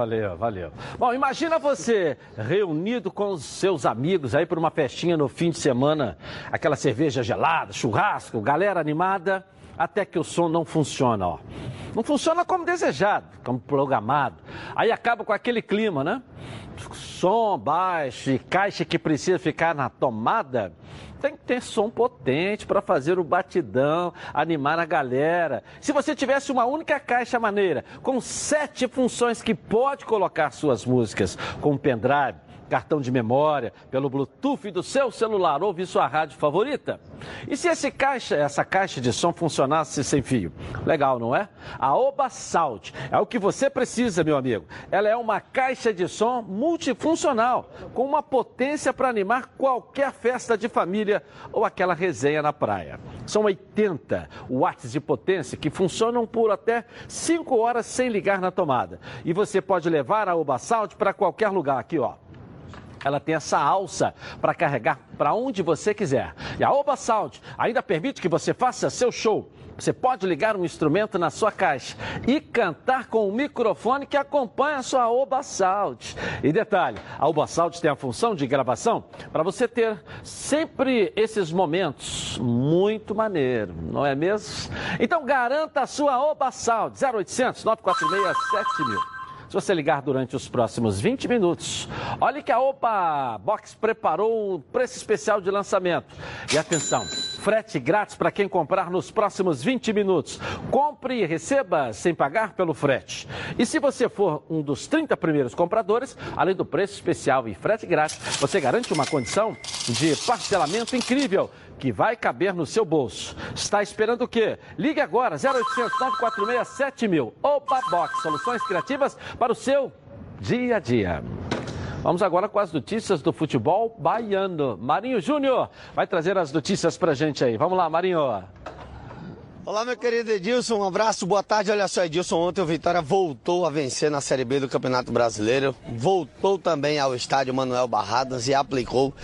Bom, imagina você reunido com os seus amigos aí por uma festinha no fim de semana, aquela cerveja gelada, churrasco, galera animada, até que o som não funciona, ó. Não funciona como desejado, como programado. Aí acaba com aquele clima, né? Som baixo e caixa que precisa ficar na tomada. Tem que ter som potente para fazer o batidão, animar a galera. Se você tivesse uma única caixa maneira, com 7 funções que pode colocar suas músicas, com pendrive, cartão de memória, pelo Bluetooth do seu celular, ouvir sua rádio favorita? E se essa caixa de som funcionasse sem fio? Legal, não é? A Oba Sound é o que você precisa, meu amigo. Ela é uma caixa de som multifuncional, com uma potência para animar qualquer festa de família ou aquela resenha na praia. São 80 watts de potência que funcionam por até 5 horas sem ligar na tomada. E você pode levar a Oba Sound para qualquer lugar aqui, ó. Ela tem essa alça para carregar para onde você quiser. E a Oba Sound ainda permite que você faça seu show. Você pode ligar um instrumento na sua caixa e cantar com o microfone que acompanha a sua Oba Sound. E detalhe, a Oba Sound tem a função de gravação para você ter sempre esses momentos muito maneiro, não é mesmo? Então garanta a sua Oba Sound, 0800 946 7000. Se você ligar durante os próximos 20 minutos, olha que a Oba Box preparou um preço especial de lançamento. E atenção, frete grátis para quem comprar nos próximos 20 minutos. Compre e receba sem pagar pelo frete. E se você for um dos 30 primeiros compradores, além do preço especial e frete grátis, você garante uma condição de parcelamento incrível que vai caber no seu bolso. Está esperando o quê? Ligue agora, 0800 946 7000. Oba Box, soluções criativas para o seu dia a dia. Vamos agora com as notícias do futebol baiano. Marinho Júnior vai trazer as notícias pra gente aí. Vamos lá, Marinho. Olá, meu querido Edilson, um abraço, boa tarde. Olha só, Edilson, ontem o Vitória voltou a vencer na Série B do Campeonato Brasileiro, voltou também ao estádio Manuel Barradas e aplicou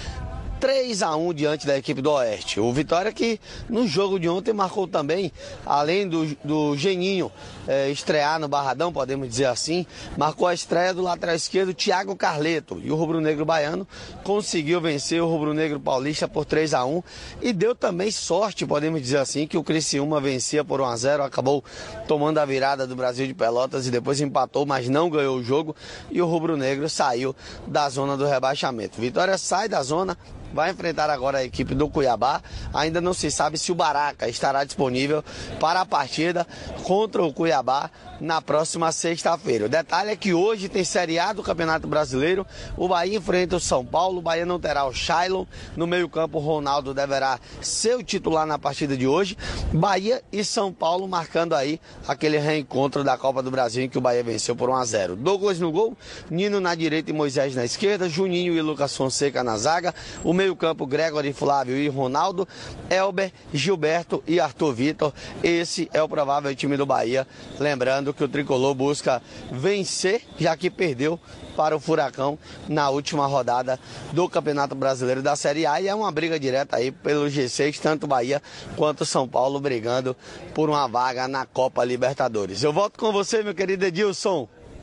3-1 diante da equipe do Oeste. O Vitória que no jogo de ontem marcou também, além do Geninho estrear no Barradão, podemos dizer assim, marcou a estreia do lateral esquerdo Thiago Carleto. E o rubro-negro baiano conseguiu vencer o rubro-negro paulista por 3-1 e deu também sorte, podemos dizer assim, que o Criciúma vencia por 1-0, acabou tomando a virada do Brasil de Pelotas e depois empatou, mas não ganhou o jogo e o rubro-negro saiu da zona do rebaixamento. Vitória sai da zona, vai enfrentar agora a equipe do Cuiabá. Ainda não se sabe se o Baraca estará disponível para a partida contra o Cuiabá na próxima sexta-feira. O detalhe é que hoje tem Série A do Campeonato Brasileiro. O Bahia enfrenta o São Paulo. O Bahia não terá o Shailon. No meio-campo, o Ronaldo deverá ser o titular na partida de hoje. Bahia e São Paulo marcando aí aquele reencontro da Copa do Brasil em que o Bahia venceu por 1-0. Douglas no gol, Nino na direita e Moisés na esquerda, Juninho e Lucas Fonseca na zaga. O meio-campo, Gregory, Flávio e Ronaldo, Elber, Gilberto e Arthur Vitor. Esse é o provável time do Bahia. Lembrando que o Tricolor busca vencer, já que perdeu para o Furacão na última rodada do Campeonato Brasileiro da Série A. E é uma briga direta aí pelo G6, tanto Bahia quanto São Paulo brigando por uma vaga na Copa Libertadores. Eu volto com você, meu querido Edilson.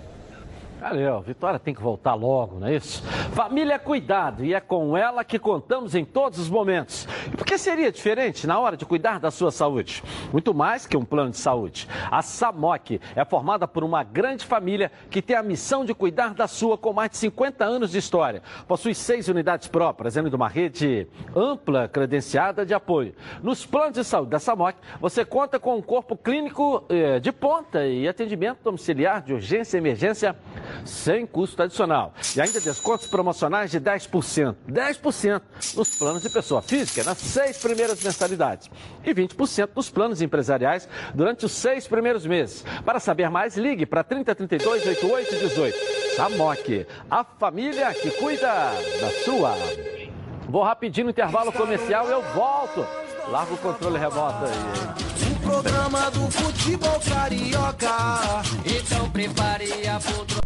Valeu, Vitória tem que voltar logo, não é isso? Família é cuidado e é com ela que contamos em todos os momentos. E por que seria diferente na hora de cuidar da sua saúde? Muito mais que um plano de saúde. A Samok é formada por uma grande família que tem a missão de cuidar da sua com mais de 50 anos de história. Possui 6 unidades próprias, além de uma rede ampla credenciada de apoio. Nos planos de saúde da Samok, você conta com um corpo clínico de ponta e atendimento domiciliar de urgência e emergência sem custo adicional. E ainda descontos promocionais de 10%. 10% nos planos de pessoa física nas 6 primeiras mensalidades. E 20% nos planos empresariais durante os 6 primeiros meses. Para saber mais, ligue para 3032 8818. Samok, a família que cuida da sua. Vou rapidinho no intervalo comercial e eu volto. Larga o controle remoto aí. O programa do futebol carioca. Então prepare a poltrona.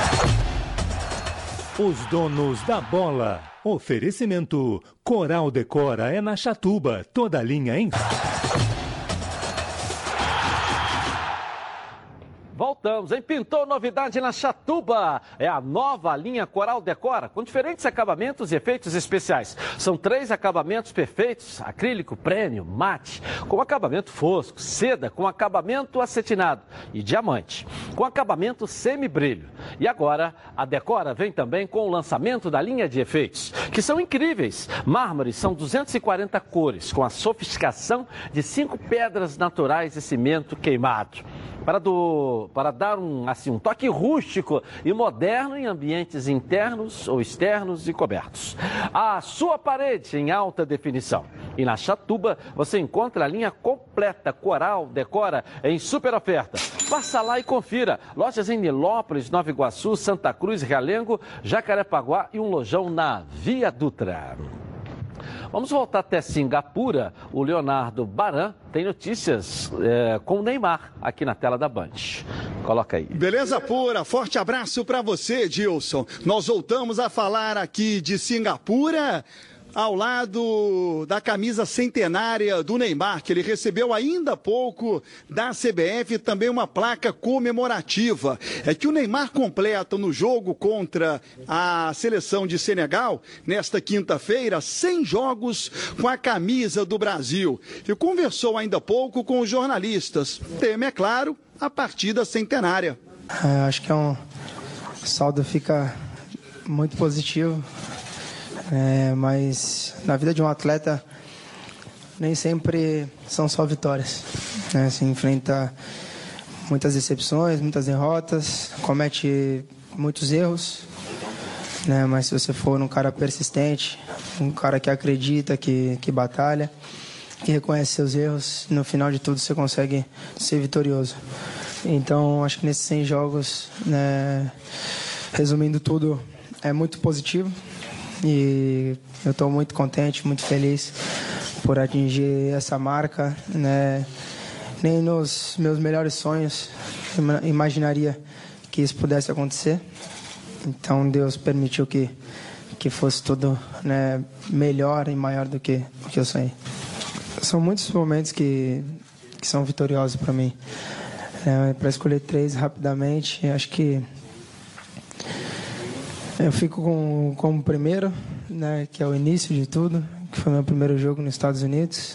Os donos da bola. Oferecimento. Coral Decora é na Chatuba. Toda linha em... voltamos, hein? Pintou novidade na Chatuba. É a nova linha Coral Decora, com diferentes acabamentos e efeitos especiais. São 3 acabamentos perfeitos: acrílico, premium, mate, com acabamento fosco, seda com acabamento acetinado e diamante, com acabamento semi-brilho. E agora, a Decora vem também com o lançamento da linha de efeitos, que são incríveis. Mármores são 240 cores, com a sofisticação de 5 pedras naturais e cimento queimado, para dar um toque rústico e moderno em ambientes internos ou externos e cobertos. A sua parede em alta definição. E na Chatuba você encontra a linha completa Coral Decora em super oferta. Passa lá e confira. Lojas em Nilópolis, Nova Iguaçu, Santa Cruz, Realengo, Jacarepaguá e um lojão na Via Dutra. Vamos voltar até Singapura. O Leonardo Baran tem notícias com o Neymar aqui na tela da Band. Coloca aí. Beleza pura, forte abraço para você, Edilson. Nós voltamos a falar aqui de Singapura, ao lado da camisa centenária do Neymar, que ele recebeu ainda há pouco da CBF, também uma placa comemorativa. É que o Neymar completa no jogo contra a seleção de Senegal, nesta quinta-feira, 100 jogos com a camisa do Brasil. E conversou ainda há pouco com os jornalistas. Tema, é claro, a partida centenária. Acho que o saldo fica muito positivo. Mas na vida de um atleta nem sempre são só vitórias, né? Se enfrenta muitas decepções, muitas derrotas, comete muitos erros, né? Mas se você for um cara persistente, um cara que acredita, que batalha, que reconhece seus erros, no final de tudo você consegue ser vitorioso. Então acho que nesses 100 jogos, né, resumindo tudo, é muito positivo. E eu estou muito contente, muito feliz por atingir essa marca, né? Nem nos meus melhores sonhos imaginaria que isso pudesse acontecer. Então Deus permitiu que fosse tudo, né, melhor e maior do que eu sonhei. São muitos momentos que são vitoriosos para mim. Para escolher 3 rapidamente, acho que eu fico com o primeiro, né, que é o início de tudo, que foi meu primeiro jogo nos Estados Unidos.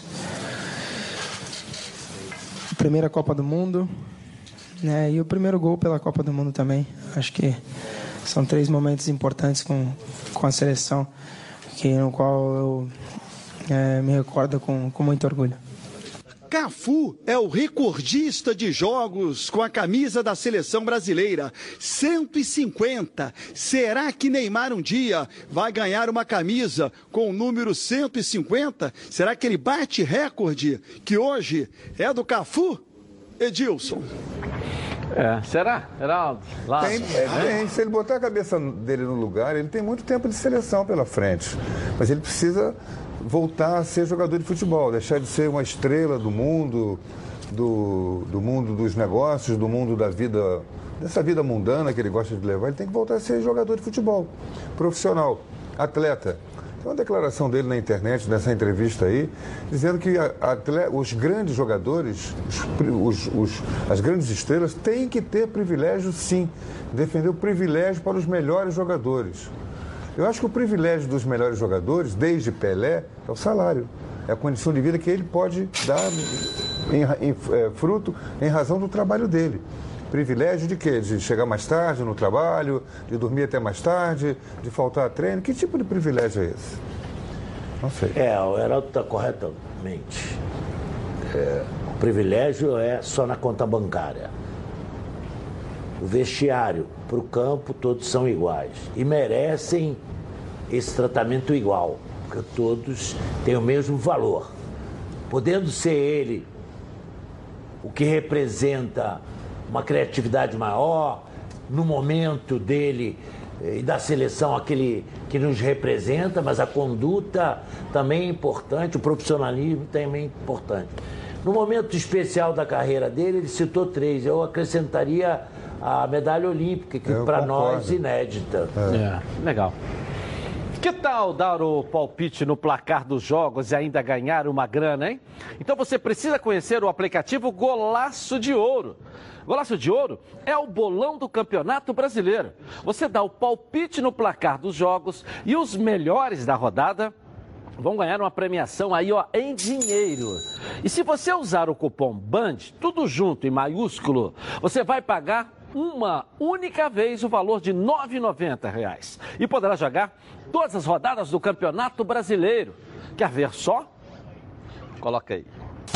Primeira Copa do Mundo, né, e o primeiro gol pela Copa do Mundo também. Acho que são 3 momentos importantes com a seleção, no qual eu me recordo com muito orgulho. Cafu é o recordista de jogos com a camisa da seleção brasileira, 150. Será que Neymar um dia vai ganhar uma camisa com o número 150? Será que ele bate recorde que hoje é do Cafu? Edilson. Será, Geraldo? Tem. Se ele botar a cabeça dele no lugar, ele tem muito tempo de seleção pela frente. Mas ele precisa voltar a ser jogador de futebol, deixar de ser uma estrela do mundo, do mundo dos negócios, do mundo da vida, dessa vida mundana que ele gosta de levar. Ele tem que voltar a ser jogador de futebol, profissional, atleta. Tem uma declaração dele na internet, nessa entrevista aí, dizendo que os grandes jogadores, as grandes estrelas, têm que ter privilégio, sim, defender o privilégio para os melhores jogadores. Eu acho que o privilégio dos melhores jogadores, desde Pelé, é o salário. É a condição de vida que ele pode dar fruto em razão do trabalho dele. Privilégio de quê? De chegar mais tarde no trabalho, de dormir até mais tarde, de faltar a treino. Que tipo de privilégio é esse? Não sei. O Heraldo está corretamente. O privilégio é só na conta bancária. O vestiário, para o campo, todos são iguais. E merecem esse tratamento igual, porque todos têm o mesmo valor. Podendo ser ele o que representa uma criatividade maior, no momento dele e da seleção, aquele que nos representa, mas a conduta também é importante, o profissionalismo também é importante. No momento especial da carreira dele, ele citou 3, eu acrescentaria a medalha olímpica, que para nós inédita. Legal. Que tal dar o palpite no placar dos jogos e ainda ganhar uma grana, hein? Então você precisa conhecer o aplicativo Golaço de Ouro. Golaço de Ouro é o bolão do Campeonato Brasileiro. Você dá o palpite no placar dos jogos e os melhores da rodada vão ganhar uma premiação aí, ó, em dinheiro. E se você usar o cupom BAND, tudo junto em maiúsculo, você vai pagar uma única vez o valor de R$ 9,90 e poderá jogar todas as rodadas do Campeonato Brasileiro. Quer ver só? Coloca aí.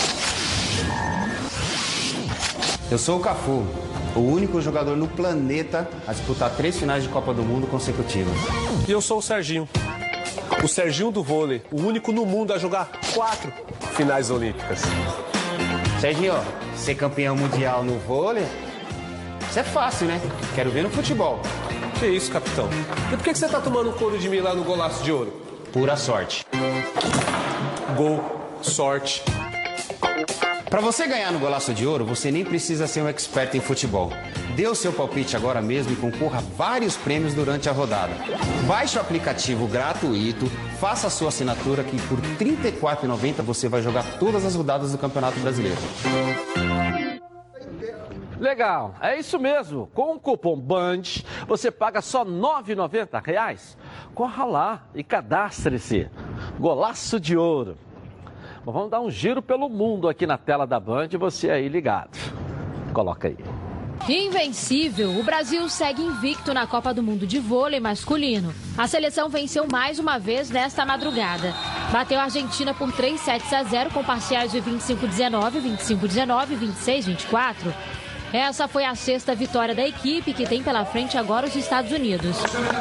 Eu sou o Cafu, o único jogador no planeta a disputar 3 finais de Copa do Mundo consecutivas. E eu sou o Serginho do vôlei, o único no mundo a jogar 4 finais olímpicas. Serginho, ser campeão mundial no vôlei, isso é fácil, né? Quero ver no futebol. Que isso, capitão? E por que você tá tomando couro de mim lá no Golaço de Ouro? Pura sorte. Gol, sorte. Para você ganhar no Golaço de Ouro, você nem precisa ser um expert em futebol. Dê o seu palpite agora mesmo e concorra a vários prêmios durante a rodada. Baixe o aplicativo gratuito, faça a sua assinatura que por R$ 34,90 você vai jogar todas as rodadas do Campeonato Brasileiro. Legal, é isso mesmo. Com o cupom BAND, você paga só R$ 9,90. Corra lá e cadastre-se. Golaço de Ouro. Bom, vamos dar um giro pelo mundo aqui na tela da Band e você aí ligado. Coloca aí. Invencível, o Brasil segue invicto na Copa do Mundo de vôlei masculino. A seleção venceu mais uma vez nesta madrugada. Bateu a Argentina por 3-0 com parciais de 25-19, 25-19 e 26-24. Essa foi a 6ª vitória da equipe, que tem pela frente agora os Estados Unidos.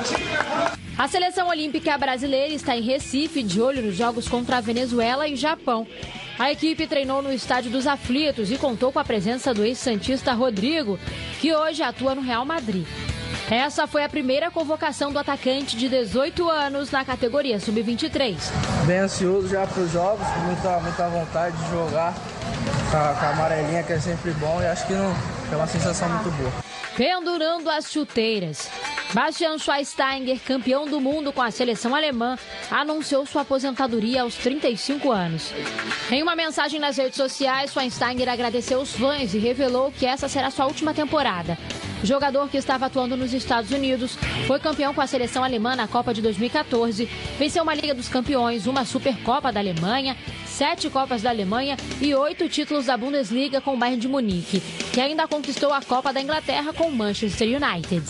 A seleção olímpica brasileira está em Recife, de olho nos jogos contra a Venezuela e Japão. A equipe treinou no Estádio dos Aflitos e contou com a presença do ex-santista Rodrigo, que hoje atua no Real Madrid. Essa foi a primeira convocação do atacante de 18 anos na categoria Sub-23. Bem ansioso já para os jogos, muita vontade de jogar com a amarelinha, que é sempre bom, e acho que é uma sensação muito boa. Pendurando as chuteiras. Bastian Schweinsteiger, campeão do mundo com a seleção alemã, anunciou sua aposentadoria aos 35 anos. Em uma mensagem nas redes sociais, Schweinsteiger agradeceu os fãs e revelou que essa será sua última temporada. O jogador, que estava atuando nos Estados Unidos, foi campeão com a seleção alemã na Copa de 2014, venceu uma Liga dos Campeões, uma Supercopa da Alemanha, 7 Copas da Alemanha e 8 títulos da Bundesliga com o Bayern de Munique, que ainda conquistou a Copa da Inglaterra com o Manchester United.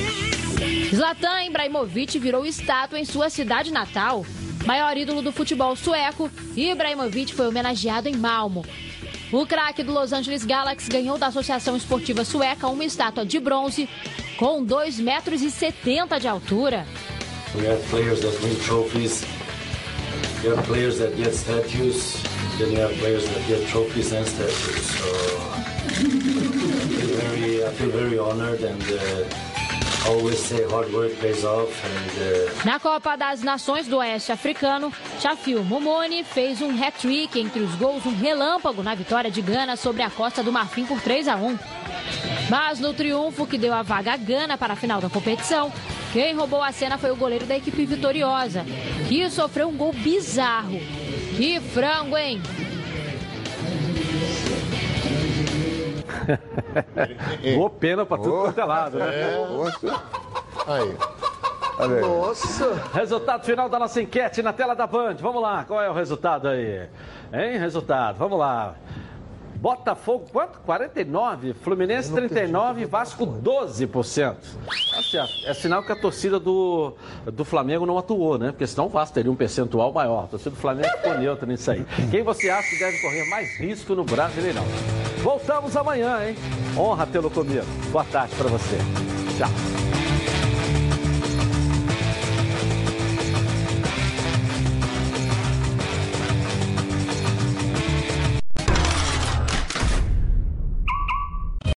Zlatan Ibrahimovic virou estátua em sua cidade natal. Maior ídolo do futebol sueco, Ibrahimovic foi homenageado em Malmo. O craque do Los Angeles Galaxy ganhou da Associação Esportiva Sueca uma estátua de bronze com 2,70 metros de altura. We have players that win trophies. You have players that get statues. Then you have players that get trophies and statues. So I feel very honored and always say hard work pays off. Na Copa das Nações do Oeste Africano, Shafil Momoni fez um hat-trick, entre os gols um relâmpago na vitória de Gana sobre a Costa do Marfim por 3-1. Mas no triunfo que deu a vaga a Gana para a final da competição, quem roubou a cena foi o goleiro da equipe vitoriosa, que sofreu um gol bizarro. Que frango, hein? Boa pena pra tudo quanto é lado, né? Aí. Nossa! Resultado final da nossa enquete na tela da Band. Vamos lá, qual é o resultado aí? Hein? Resultado, vamos lá. Botafogo, quanto? 49%, Fluminense 39%, Vasco 12%. Nossa, é sinal que a torcida do Flamengo não atuou, né? Porque senão o Vasco teria um percentual maior. A torcida do Flamengo ficou neutra nisso aí. Quem você acha que deve correr mais risco no Brasileirão? Voltamos amanhã, hein? Honra tê-lo comigo. Boa tarde pra você. Tchau.